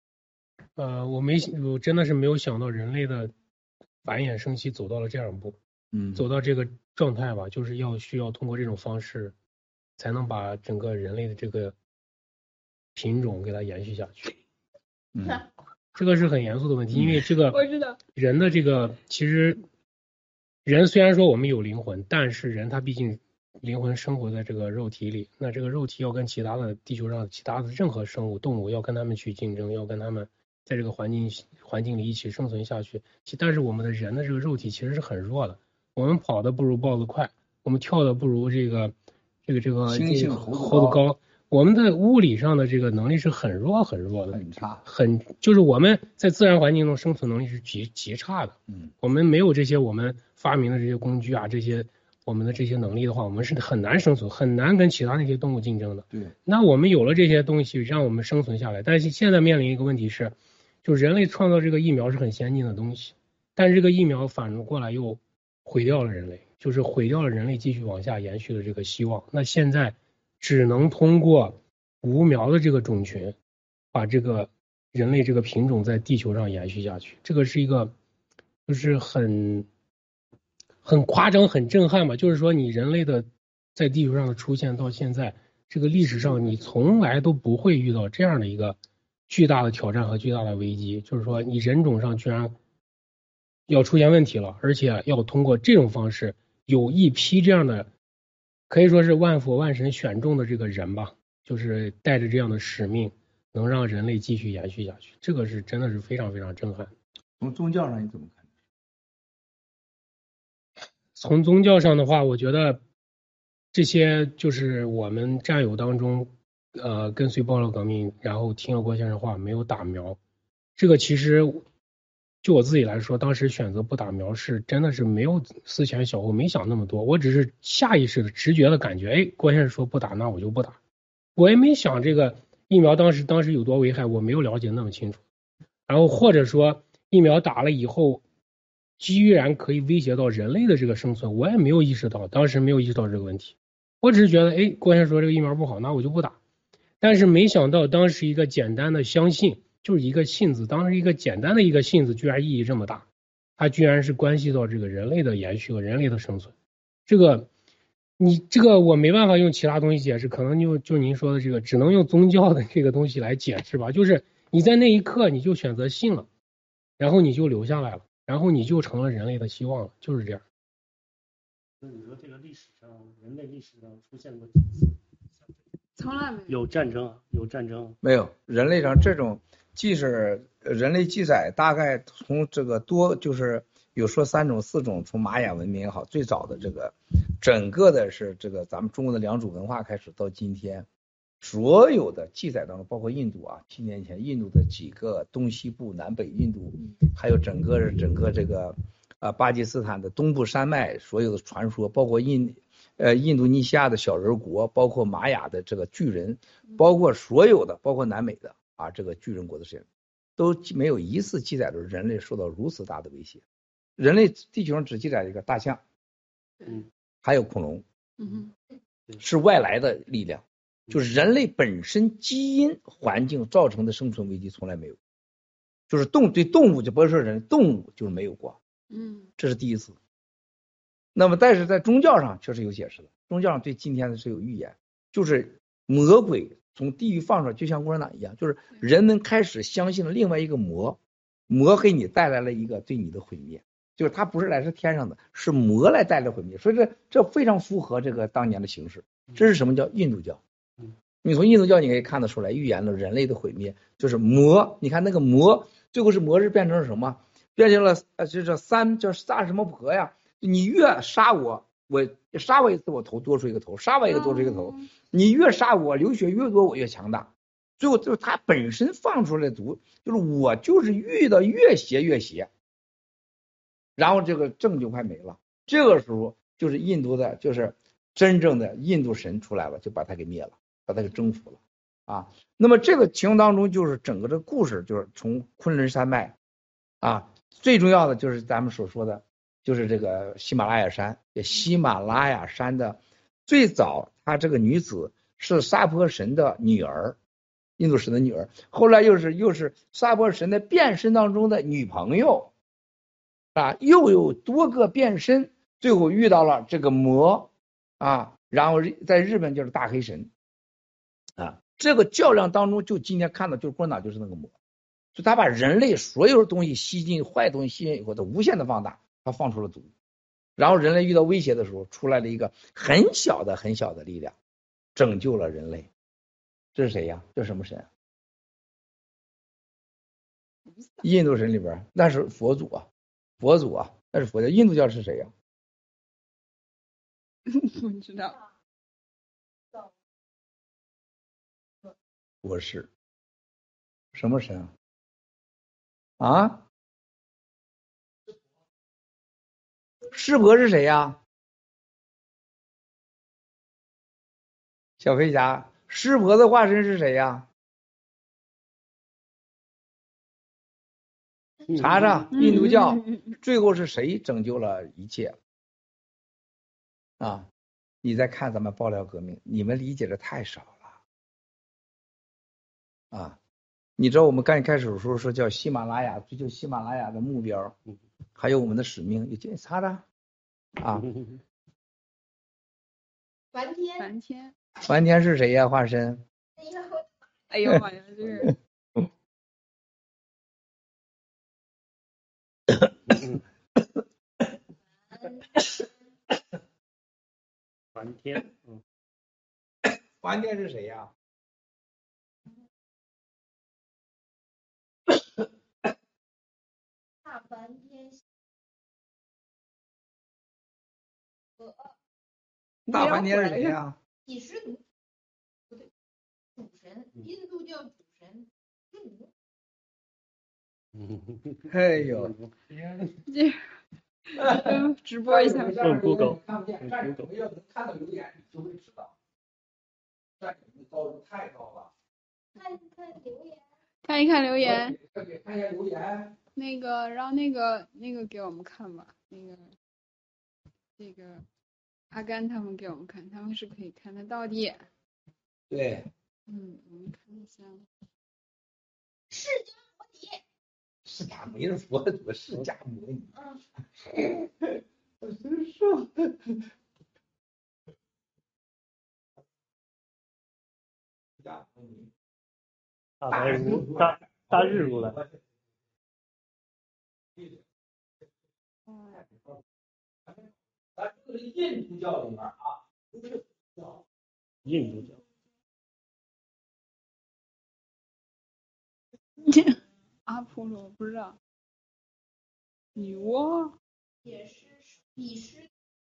我真的是没有想到人类的繁衍生息走到了这样一步，走到这个状态吧，就是需要通过这种方式，才能把整个人类的这个品种给它延续下去。这个是很严肃的问题，因为这个我知道人的这个其实人虽然说我们有灵魂，但是人他毕竟灵魂生活在这个肉体里，那这个肉体要跟其他的地球上其他的任何生物动物要跟他们去竞争，要跟他们在这个环境里一起生存下去。但是我们的人的这个肉体其实是很弱的，我们跑的不如豹子快，我们跳的不如这个猴子高，我们的物理上的这个能力是很弱的， 很差， 就是我们在自然环境中生存能力是极差的。我们没有这些我们发明的这些工具啊，这些我们的这些能力的话，我们是很难生存，很难跟其他那些动物竞争的。 对， 那我们有了这些东西让我们生存下来，但是现在面临一个问题是，就是人类创造这个疫苗是很先进的东西，但是这个疫苗反过来又毁掉了人类，就是毁掉了人类继续往下延续的这个希望。那现在只能通过无苗的这个种群，把这个人类这个品种在地球上延续下去。这个是一个就是很夸张、很震撼吧。就是说，你人类的在地球上的出现到现在，这个历史上你从来都不会遇到这样的一个巨大的挑战和巨大的危机。就是说，你人种上居然要出现问题了，而且要通过这种方式，有一批这样的可以说是万佛万神选中的这个人吧，就是带着这样的使命，能让人类继续延续下去。这个是真的是非常非常震撼。 从宗教上你怎么看？ 从宗教上的话，我觉得这些就是我们战友当中，跟随爆料革命，然后听了郭先生话，没有打苗。这个其实就我自己来说，当时选择不打苗是真的是没有思前想后，没想那么多，我只是下意识的直觉的感觉，郭先生说不打，那我就不打。我也没想这个疫苗当时有多危害，我没有了解那么清楚。然后或者说疫苗打了以后，居然可以威胁到人类的这个生存，我也没有意识到，当时没有意识到这个问题。我只是觉得，郭先生说这个疫苗不好，那我就不打。但是没想到当时一个简单的相信，就是一个信字，当时一个简单的一个信字，居然意义这么大，它居然是关系到这个人类的延续和人类的生存。这个我没办法用其他东西解释，可能就您说的这个，只能用宗教的这个东西来解释吧。就是你在那一刻你就选择信了，然后你就留下来了，然后你就成了人类的希望了，就是这样。 那你说这个人类历史上出现过几次？ 从来没有战争， 没有。人类上这种即使人类记载，大概从这个就是有说3种4种，从玛雅文明也好，最早的这个整个的是这个咱们中国的良渚文化开始到今天，所有的记载当中，包括印度啊，7年前印度的几个东西部、南北印度，还有整个这个巴基斯坦的东部山脉所有的传说，包括印度尼西亚的小人国，包括玛雅的这个巨人，包括所有的，包括南美的这个巨人国的事情，都没有一次记载着人类受到如此大的威胁。人类地球上只记载一个大象，还有恐龙，是外来的力量，就是人类本身基因环境造成的生存危机从来没有，就是对动物就不是说人，动物就是没有过，这是第一次。那么但是在宗教上确实有解释的，宗教上对今天的是有预言，就是魔鬼从地狱放出来，就像共产党一样，就是人们开始相信了另外一个魔给你带来了一个对你的毁灭，就是它不是来自天上的，是魔来带来毁灭，所以这非常符合这个当年的形势。这是什么叫印度教？你从印度教你可以看得出来，预言了人类的毁灭，就是魔。你看那个魔，最后是魔是变成了什么？变成了叫杀什么婆呀？你越杀我， 我杀我一次，我头多出一个头，杀我一个多出一个头，你越杀我，流血越多，我越强大。最后就是他本身放出来的毒，就是我就是遇到越邪越邪，然后这个症就快没了。这个时候就是印度的，就是真正的印度神出来了，就把他给灭了，把他给征服了啊。那么这个情况当中，就是整个的故事就是从昆仑山脉啊，最重要的就是咱们所说的，就是这个喜马拉雅山。喜马拉雅山的最早，她这个女子是萨婆神的女儿，印度神的女儿，后来又是萨婆神的变身当中的女朋友啊，又有多个变身，最后遇到了这个魔啊，然后在日本就是大黑神啊。这个较量当中，就今天看到就是共产党就是那个魔，就他把人类所有的东西吸进，坏东西吸进以后，他无限的放大，他放出了毒，然后人类遇到威胁的时候，出来了一个很小的力量，拯救了人类。这是谁呀？这是什么神？印度神里边那是佛祖啊，佛祖啊，那是佛教。印度教是谁呀？ 不知道。 不是。什么神啊？湿婆是谁呀？小飞侠，湿婆的化身是谁呀？查查印度教最后是谁拯救了一切啊？你再看咱们爆料革命，你们理解的太少了啊！你知道我们刚一开始的时候说叫喜马拉雅，追求喜马拉雅的目标，还有我们的使命，你查查啊。梵天是谁呀？化身？ 哎呦妈呀，这个。 梵天， 梵天是谁呀？ 大梵天， 大梵天是谁呀？ 毗湿奴，不对，主神，印度教主神湿奴。 哎呦， 直播一下。 用 Google， 看不见，但是我们要能看到留言，你就会知道。但你高度太高了。 看一看留言。 看一看留言。 看一下留言。 那个，让那个给我们看吧。这个阿甘他们给我们看，他们是可以看得到的。 对。 我们看一下。 释迦摩尼。 释迦没人佛祖，释迦摩尼。我真说。 大日如来。 咱这是印度教里面啊，不是教。 印度教。 阿波罗不知道。女娲。 也是毗湿。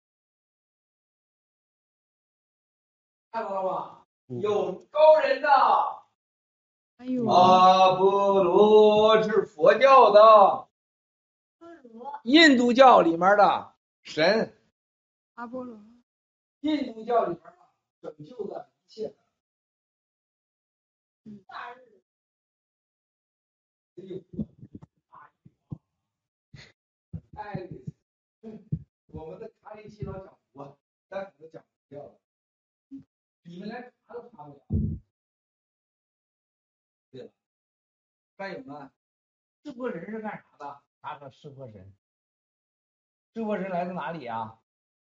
看到了吗？有高人的。 哎呦。 阿波罗是佛教的。印度教里面的神。 阿波罗。 印度教里面的拯救了一切。 大日。 哎，我们的卡里奇老讲佛，但可能讲不掉了。你们连查都查不了。对了，还有呢，湿婆神是干啥的？查查湿婆神。湿婆神来自哪里啊？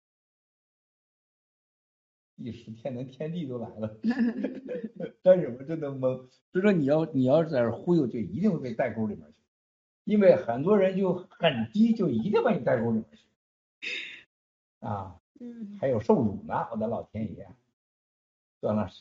一时天能天地都来了，干什么真的懵。所以说你要在这忽悠，就一定会被带沟里面去，因为很多人就很低，就一定把你带沟里面去啊。还有受辱呢，我的老天爷！段老师，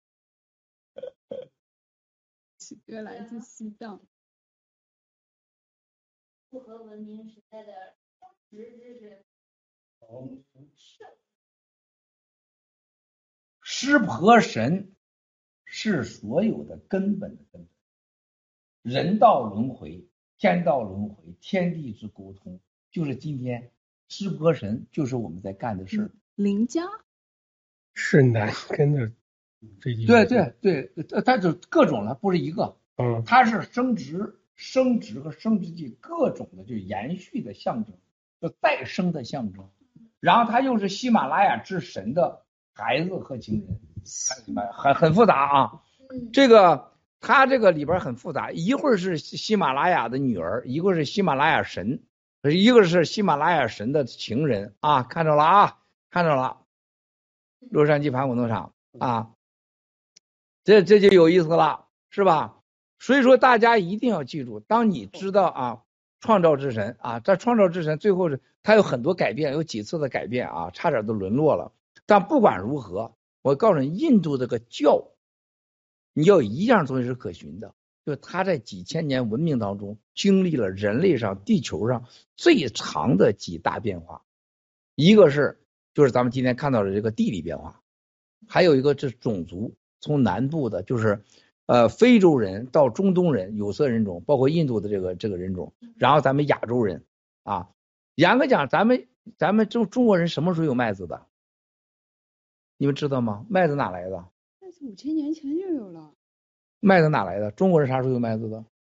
此歌来自西藏。 不合文明时代的忠实之神。 湿婆神是所有的根本的根本，人道轮回、天道轮回、天地之沟通，就是今天湿婆神就是我们在干的事儿。 林家是男根的这一对对对，它就各种了，不是一个。 嗯， 它是生殖和生殖器各种的就延续的象征，就再生的象征。然后它又是喜马拉雅之神的孩子和情人，很复杂啊。这个它这个里边很复杂，一会儿是喜马拉雅的女儿，一个是喜马拉雅神，一个是喜马拉雅神的情人啊，看着了啊，看着了。洛杉矶盘古农场啊，这就有意思了，是吧？所以说大家一定要记住，当你知道啊，创造之神啊，这创造之神最后是他有很多改变，有几次的改变啊，差点都沦落了。但不管如何，我告诉你，印度这个教，你要有一样东西是可循的，就是他在几千年文明当中经历了人类上地球上最长的几大变化，一个是就是咱们今天看到的这个地理变化，还有一个是种族，从南部的就是非洲人到中东人有色人种，包括印度的这个人种，然后咱们亚洲人啊，严格讲咱们中国人什么时候有麦子的？你们知道吗？麦子哪来的？ 那是5000年前就有了。 麦子哪来的？中国人啥时候有麦子的？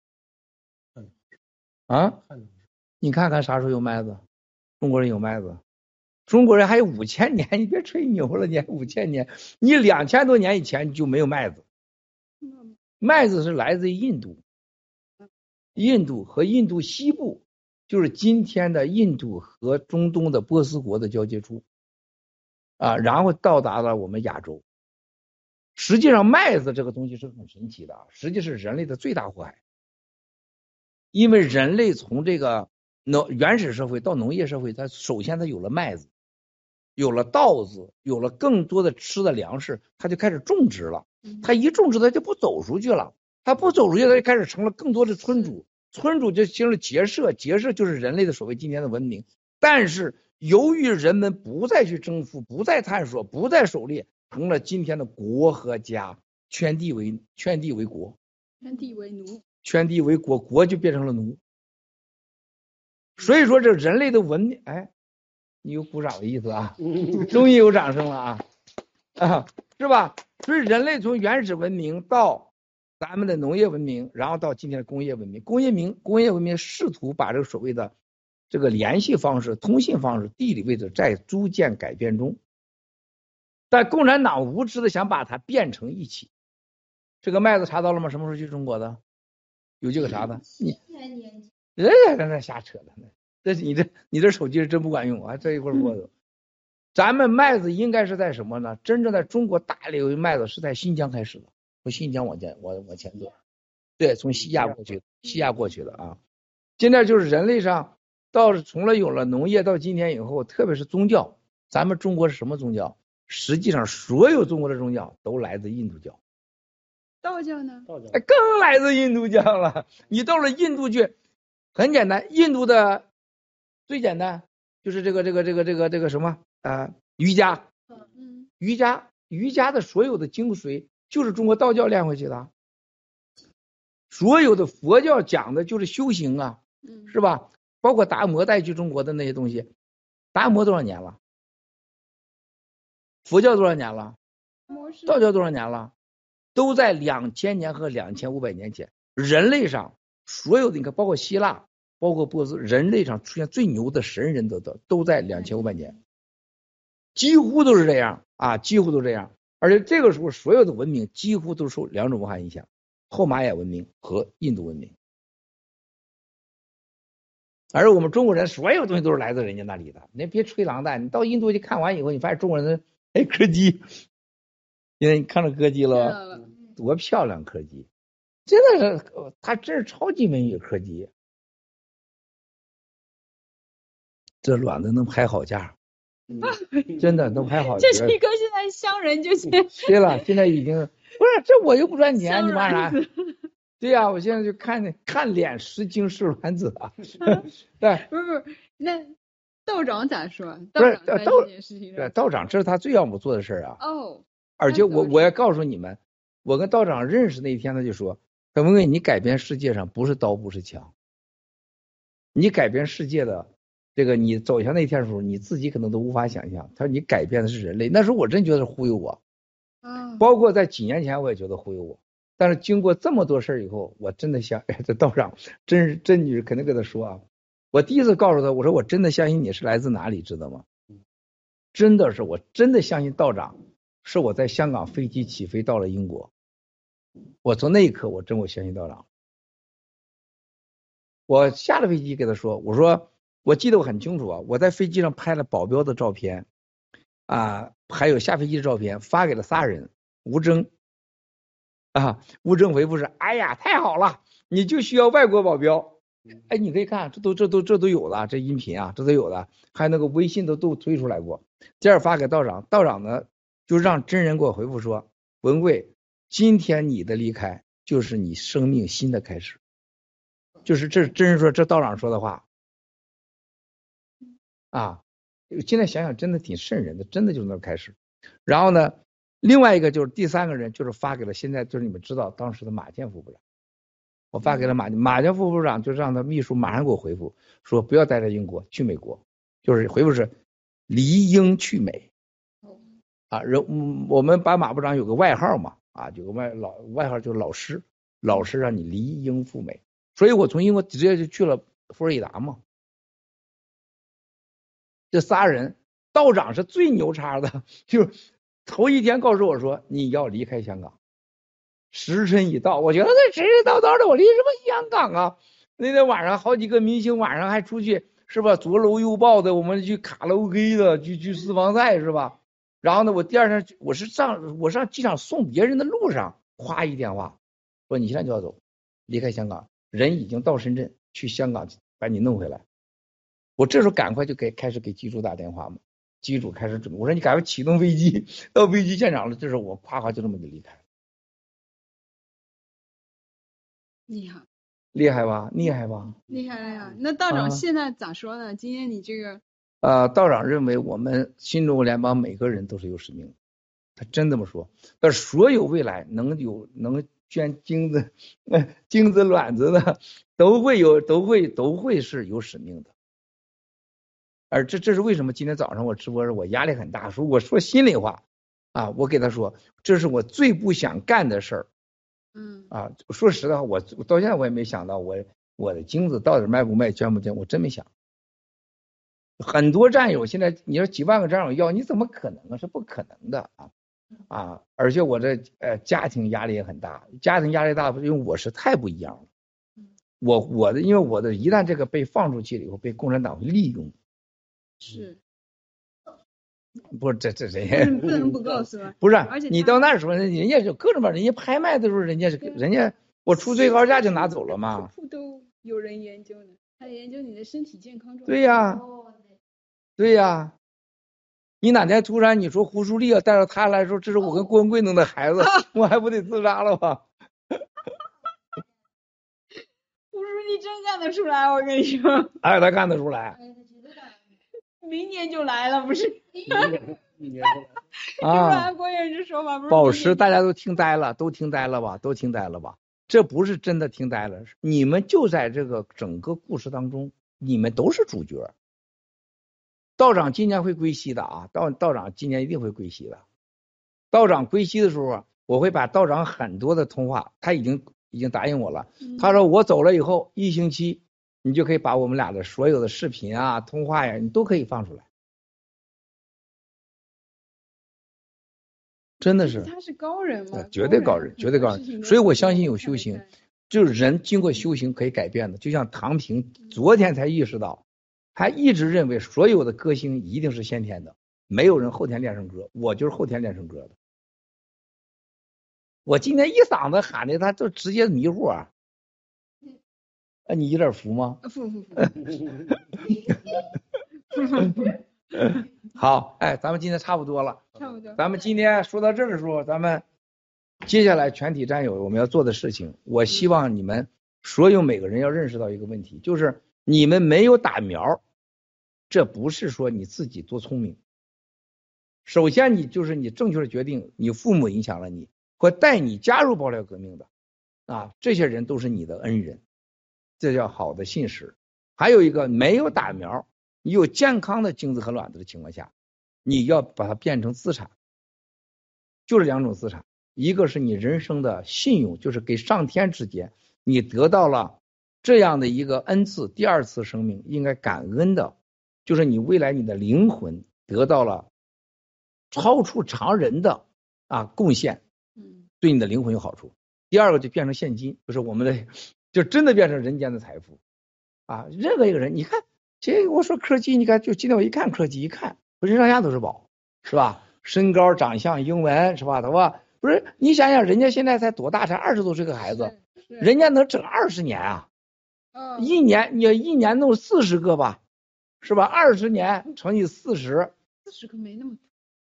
啊？你看看啥时候有麦子？中国人有麦子。中国人还有5000年，你别吹牛了，你还5000年，你2000多年以前就没有麦子。麦子是来自于印度，印度和印度西部，就是今天的印度和中东的波斯国的交界处啊，然后到达了我们亚洲。实际上麦子这个东西是很神奇的啊，实际是人类的最大祸害，因为人类从这个原始社会到农业社会，它首先它有了麦子，有了稻子，有了更多的吃的粮食，它就开始种植了。它一种植，它就不走出去了，它不走出去，它就开始成了更多的村主，村主就形成了结社，结社就是人类的所谓今天的文明。但是由于人们不再去征服，不再探索，不再狩猎，成了今天的国和家，圈地为国， 圈地为奴， 圈地为国，国就变成了奴。所以说这人类的文明，哎，你有鼓掌的意思啊，终于有掌声了啊，是吧？所以人类从原始文明到咱们的农业文明，然后到今天的工业文明，工业文明试图把这个所谓的这个联系方式、通信方式、地理位置在逐渐改变中，但共产党无知的想把它变成一起。这个麦子查到了吗？什么时候去中国的？有这个查的？人家在那瞎扯呢。这你这手机是真不管用啊！这一会儿我。咱们麦子应该是在什么呢？真正在中国大量的麦子是在新疆开始的，从新疆往前走，对，从西亚过去的啊。现在就是人类上从来有了农业到今天以后，特别是宗教，咱们中国是什么宗教？实际上所有中国的宗教都来自印度教。 道教呢？ 道教更来自印度教了。你到了印度去，很简单，印度的最简单就是这个什么？瑜伽，瑜伽的所有的精髓就是中国道教练回去的，所有的佛教讲的就是修行啊，是吧？包括达摩带去中国的那些东西，达摩多少年了？佛教多少年了？道教多少年了？都在2000年和2500年前，人类上所有的你看，包括希腊，包括波斯，人类上出现最牛的神人都在2500年。几乎都是这样啊，几乎都这样。而且这个时候所有的文明几乎都受两种文化影响，后玛雅文明和印度文明。而我们中国人所有东西都是来自人家那里的，你别吹狼蛋。你到印度去看完以后，你发现中国人柯基，现在你看到柯基了，多漂亮柯基，真的是他真是超级美女柯基，这卵子能拍好价。真的能拍好。 这是一个现在乡人就先对了，现在已经不是这我又不赚钱，你骂啥？对呀，我现在就看脸识精是卵子啊。对， 不是那道长咋说？ 不是道长在这件事情上， 道长这是他最要我做的事儿啊。 哦。 而且我要告诉你们，我跟道长认识那一天，他就说：“文贵，你改变世界上不是刀不是枪，你改变世界的这个你走向那一天的时候，你自己可能都无法想象。他说你改变的是人类，那时候我真觉得是忽悠我。包括在几年前我也觉得忽悠我，但是经过这么多事儿以后，我真的想，哎，这道长真你肯定跟他说啊。我第一次告诉他，我说我真的相信你是来自哪里，知道吗？真的是，我真的相信道长是我在香港飞机起飞到了英国。我从那一刻我相信道长。我下了飞机给他说，我说我记得我很清楚啊，我在飞机上拍了保镖的照片啊，还有下飞机的照片，发给了仨人。吴征啊，吴征回复是：哎呀，太好了，你就需要外国保镖。哎，你可以看，这都有了，这音频啊，这都有的，还有那个微信都推出来过。第二发给道长，道长呢就让真人给我回复说：文贵，今天你的离开就是你生命新的开始。就是这真人说，这道长说的话啊，现在想想真的挺瘆人的，真的就是那开始。然后呢，另外一个就是第三个人，就是发给了现在就是你们知道当时的马建副部长。我发给了马建副部长，就让他秘书马上给我回复说不要待在英国，去美国，就是回复是离英去美啊。我们把马部长有个外号嘛啊，有个外号就是老师让你离英赴美，所以我从英国直接就去了佛罗里达嘛。这仨人，道长是最牛叉的，就是头一天告诉我说你要离开香港。时辰已到，我觉得这神神叨叨的，我离什么香港啊？那天晚上好几个明星晚上还出去是吧？左搂右抱的，我们去卡拉 OK 的，去私房菜是吧？然后呢，我第二天我上机场送别人的路上，哗一电话说你现在就要走，离开香港，人已经到深圳，去香港把你弄回来。我这时候赶快就开始给机主打电话嘛，机主开始准备，我说你赶快启动飞机，到飞机现场了，这时候我夸就这么就离开了。厉害吧？厉害吧？ 厉害了呀！那道长现在咋说呢？今天你这个道长认为我们新中国联邦每个人都是有使命的，他真这么说。但所有未来能捐精子卵子的，都会是有使命的。而这是为什么？今天早上我直播时我压力很大，我说心里话啊，我给他说，这是我最不想干的事儿。说实在话，我到现在我也没想到我的精子到底卖不卖，捐不捐，我真没想。很多战友现在你说几万个战友要，你怎么可能啊？是不可能的啊！而且我这家庭压力也很大，家庭压力大，因为我是太不一样了。因为我的一旦这个被放出去了以后，被共产党会利用。 是。 不是这人家不能不告诉不是，你到那时候人家有各种人家拍卖的时候，人家我出最高价就拿走了嘛。 都有人研究呢，他研究你的身体健康状态。 对呀，你哪天突然你说胡舒立带着他来说，这是我跟郭文贵弄的孩子，我还不得自杀了吧？ 胡舒立真干得出来，我跟你说。 哎，他干得出来。 明年就来了，不是？ 啊， 郭院士说法不是？ 宝石大家都听呆了，都听呆了吧？这不是真的听呆了，你们就在这个整个故事当中，你们都是主角。道长今年会归西的啊，道长今年一定会归西的。道长归西的时候，我会把道长很多的通话，他已经答应我了。他说我走了以后1星期。你就可以把我们俩的所有的视频啊、通话呀，你都可以放出来。真的是。 他是高人吗？ 绝对高人。所以我相信有修行，就是人经过修行可以改变的。就像唐平昨天才意识到，他一直认为所有的歌星一定是先天的，没有人后天练成歌，我就是后天练成歌的。我今天一嗓子喊的，他就直接迷糊啊。你有点服吗？ 服。 好，咱们今天差不多了。 差不多。 咱们今天说到这儿的时候，咱们接下来全体战友我们要做的事情，我希望你们所有每个人要认识到一个问题，就是你们没有打苗， 这不是说你自己多聪明。首先你就是你正确的决定，你父母影响了你，或带你加入爆料革命的啊，这些人都是你的恩人，这叫好的信使。还有一个没有打苗，你有健康的精子和卵子的情况下，你要把它变成资产，就是2种资产，一个是你人生的信用，就是给上天之间你得到了这样的一个恩赐，第2次生命应该感恩的，就是你未来你的灵魂得到了超出常人的贡献，对你的灵魂有好处。第2个就变成现金，就是我们的就真的变成人间的财富啊！任何一个人，你看这个我说柯基，你看就今天我一看柯基，一看浑身上下都是宝，是吧？身高、长相、英文，是吧？对吧？不是你想想，人家现在才多大？才20多岁个孩子，人家能整20年啊！一年你一年弄40个吧，是吧？20年乘以40 个没那么多，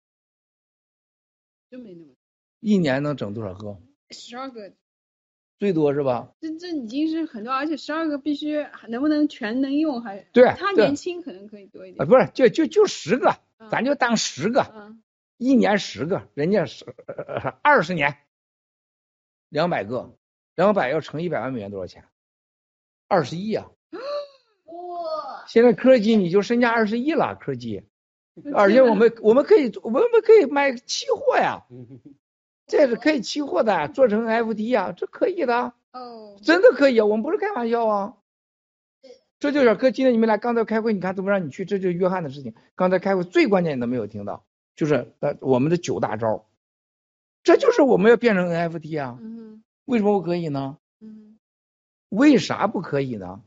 真没那么多。 一年能整多少个 ？12个， 最多是吧？ 这已经是很多，而且12个必须能不能全能用还？ 对， 他年轻可能可以多一点。 不是，就10个，咱就当10个，一年10个，人家是20年200个，200要乘100万美元多少钱？20亿啊！哇！现在柯基你就身价20亿了，柯基，而且我们可以卖期货呀。这是可以期货的，做成 FT 啊，这可以的哦，真的可以啊，我们不是开玩笑啊。这就是哥，今天你们来，刚才开会，你看怎么让你去，这就是约翰的事情。刚才开会最关键你都没有听到，就是我们的9大招，这就是我们要变成 NFT 啊。为什么不可以呢？为啥不可以呢？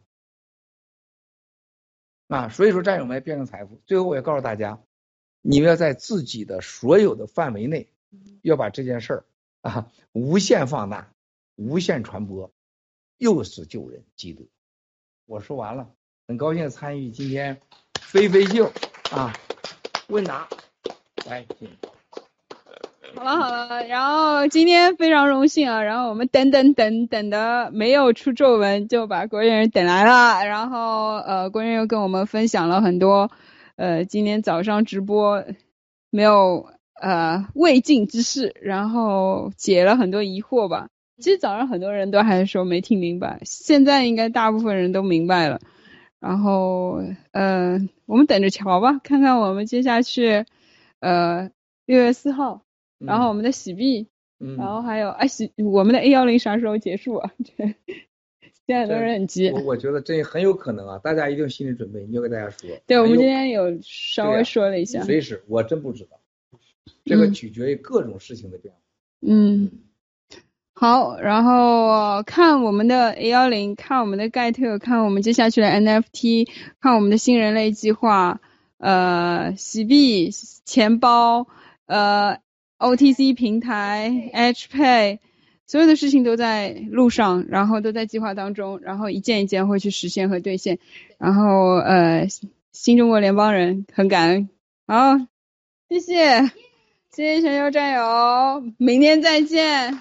所以说战友们变成财富。最后我也告诉大家，你们要在自己的所有的范围内。要把这件事儿无限放大，无限传播，又是救人积德。我说完了，很高兴参与今天飞秀问答，来， 好了，然后今天非常荣幸然后我们等的没有出皱纹，就把国人等来了，然后国人又跟我们分享了很多今天早上直播没有未尽之事，然后解了很多疑惑吧。其实早上很多人都还说没听明白，现在应该大部分人都明白了。然后我们等着瞧吧，看看我们接下去6月4号，然后我们的洗币，然后还有我们的 A10啥时候结束啊？现在都是很急。 我觉得这很有可能大家一定有心理准备，你要跟大家说。 对，我们今天有稍微说了一下。 随时，我真不知道。这个取决于各种事情的变化。 好，然后看我们的 A10， 看我们的盖特，看我们接下去的 NFT， 看我们的新人类计划，洗币、钱包，OTC 平台 HPay， 所有的事情都在路上，然后都在计划当中，然后一件一件会去实现和兑现。然后新中国联邦人很感恩。好，谢谢全球战友，明天再见。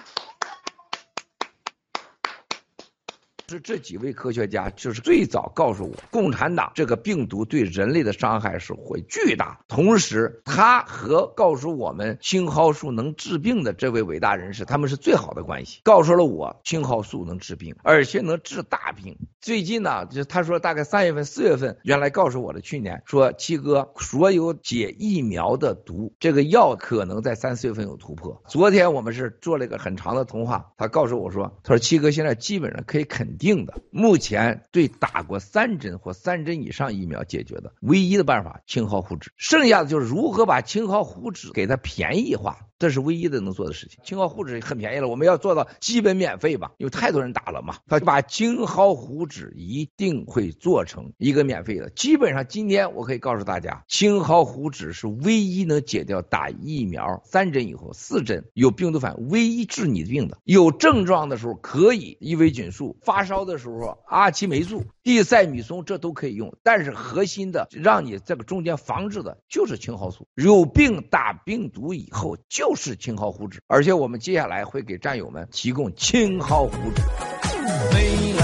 是这几位科学家就是最早告诉我，共产党这个病毒对人类的伤害是会巨大。同时，他和告诉我们青蒿素能治病的这位伟大人士，他们是最好的关系。告诉了我青蒿素能治病，而且能治大病。最近呢，就他说大概3月份、4月份，原来告诉我的去年说七哥，所有解疫苗的毒，这个药可能在3、4月份有突破。昨天我们是做了一个很长的通话，他告诉我说，他说七哥现在基本上可以肯定的，目前对打过3针或3针以上疫苗解决的唯一的办法，青蒿糊脂，剩下的就是如何把青蒿糊脂给它便宜化，这是唯一的能做的事情。青蒿糊脂很便宜了，我们要做到基本免费吧，有太多人打了嘛。他把青蒿糊脂一定会做成一个免费的。基本上今天我可以告诉大家，青蒿糊脂是唯一能解掉打疫苗3针以后4针有病毒反应唯一治你的病的。有症状的时候可以伊维菌素，发烧的时候阿奇霉素、地塞米松，这都可以用，但是核心的让你这个中间防治的就是青蒿素。有病打病毒以后就是青蒿糊脂，而且我们接下来会给战友们提供青蒿糊脂。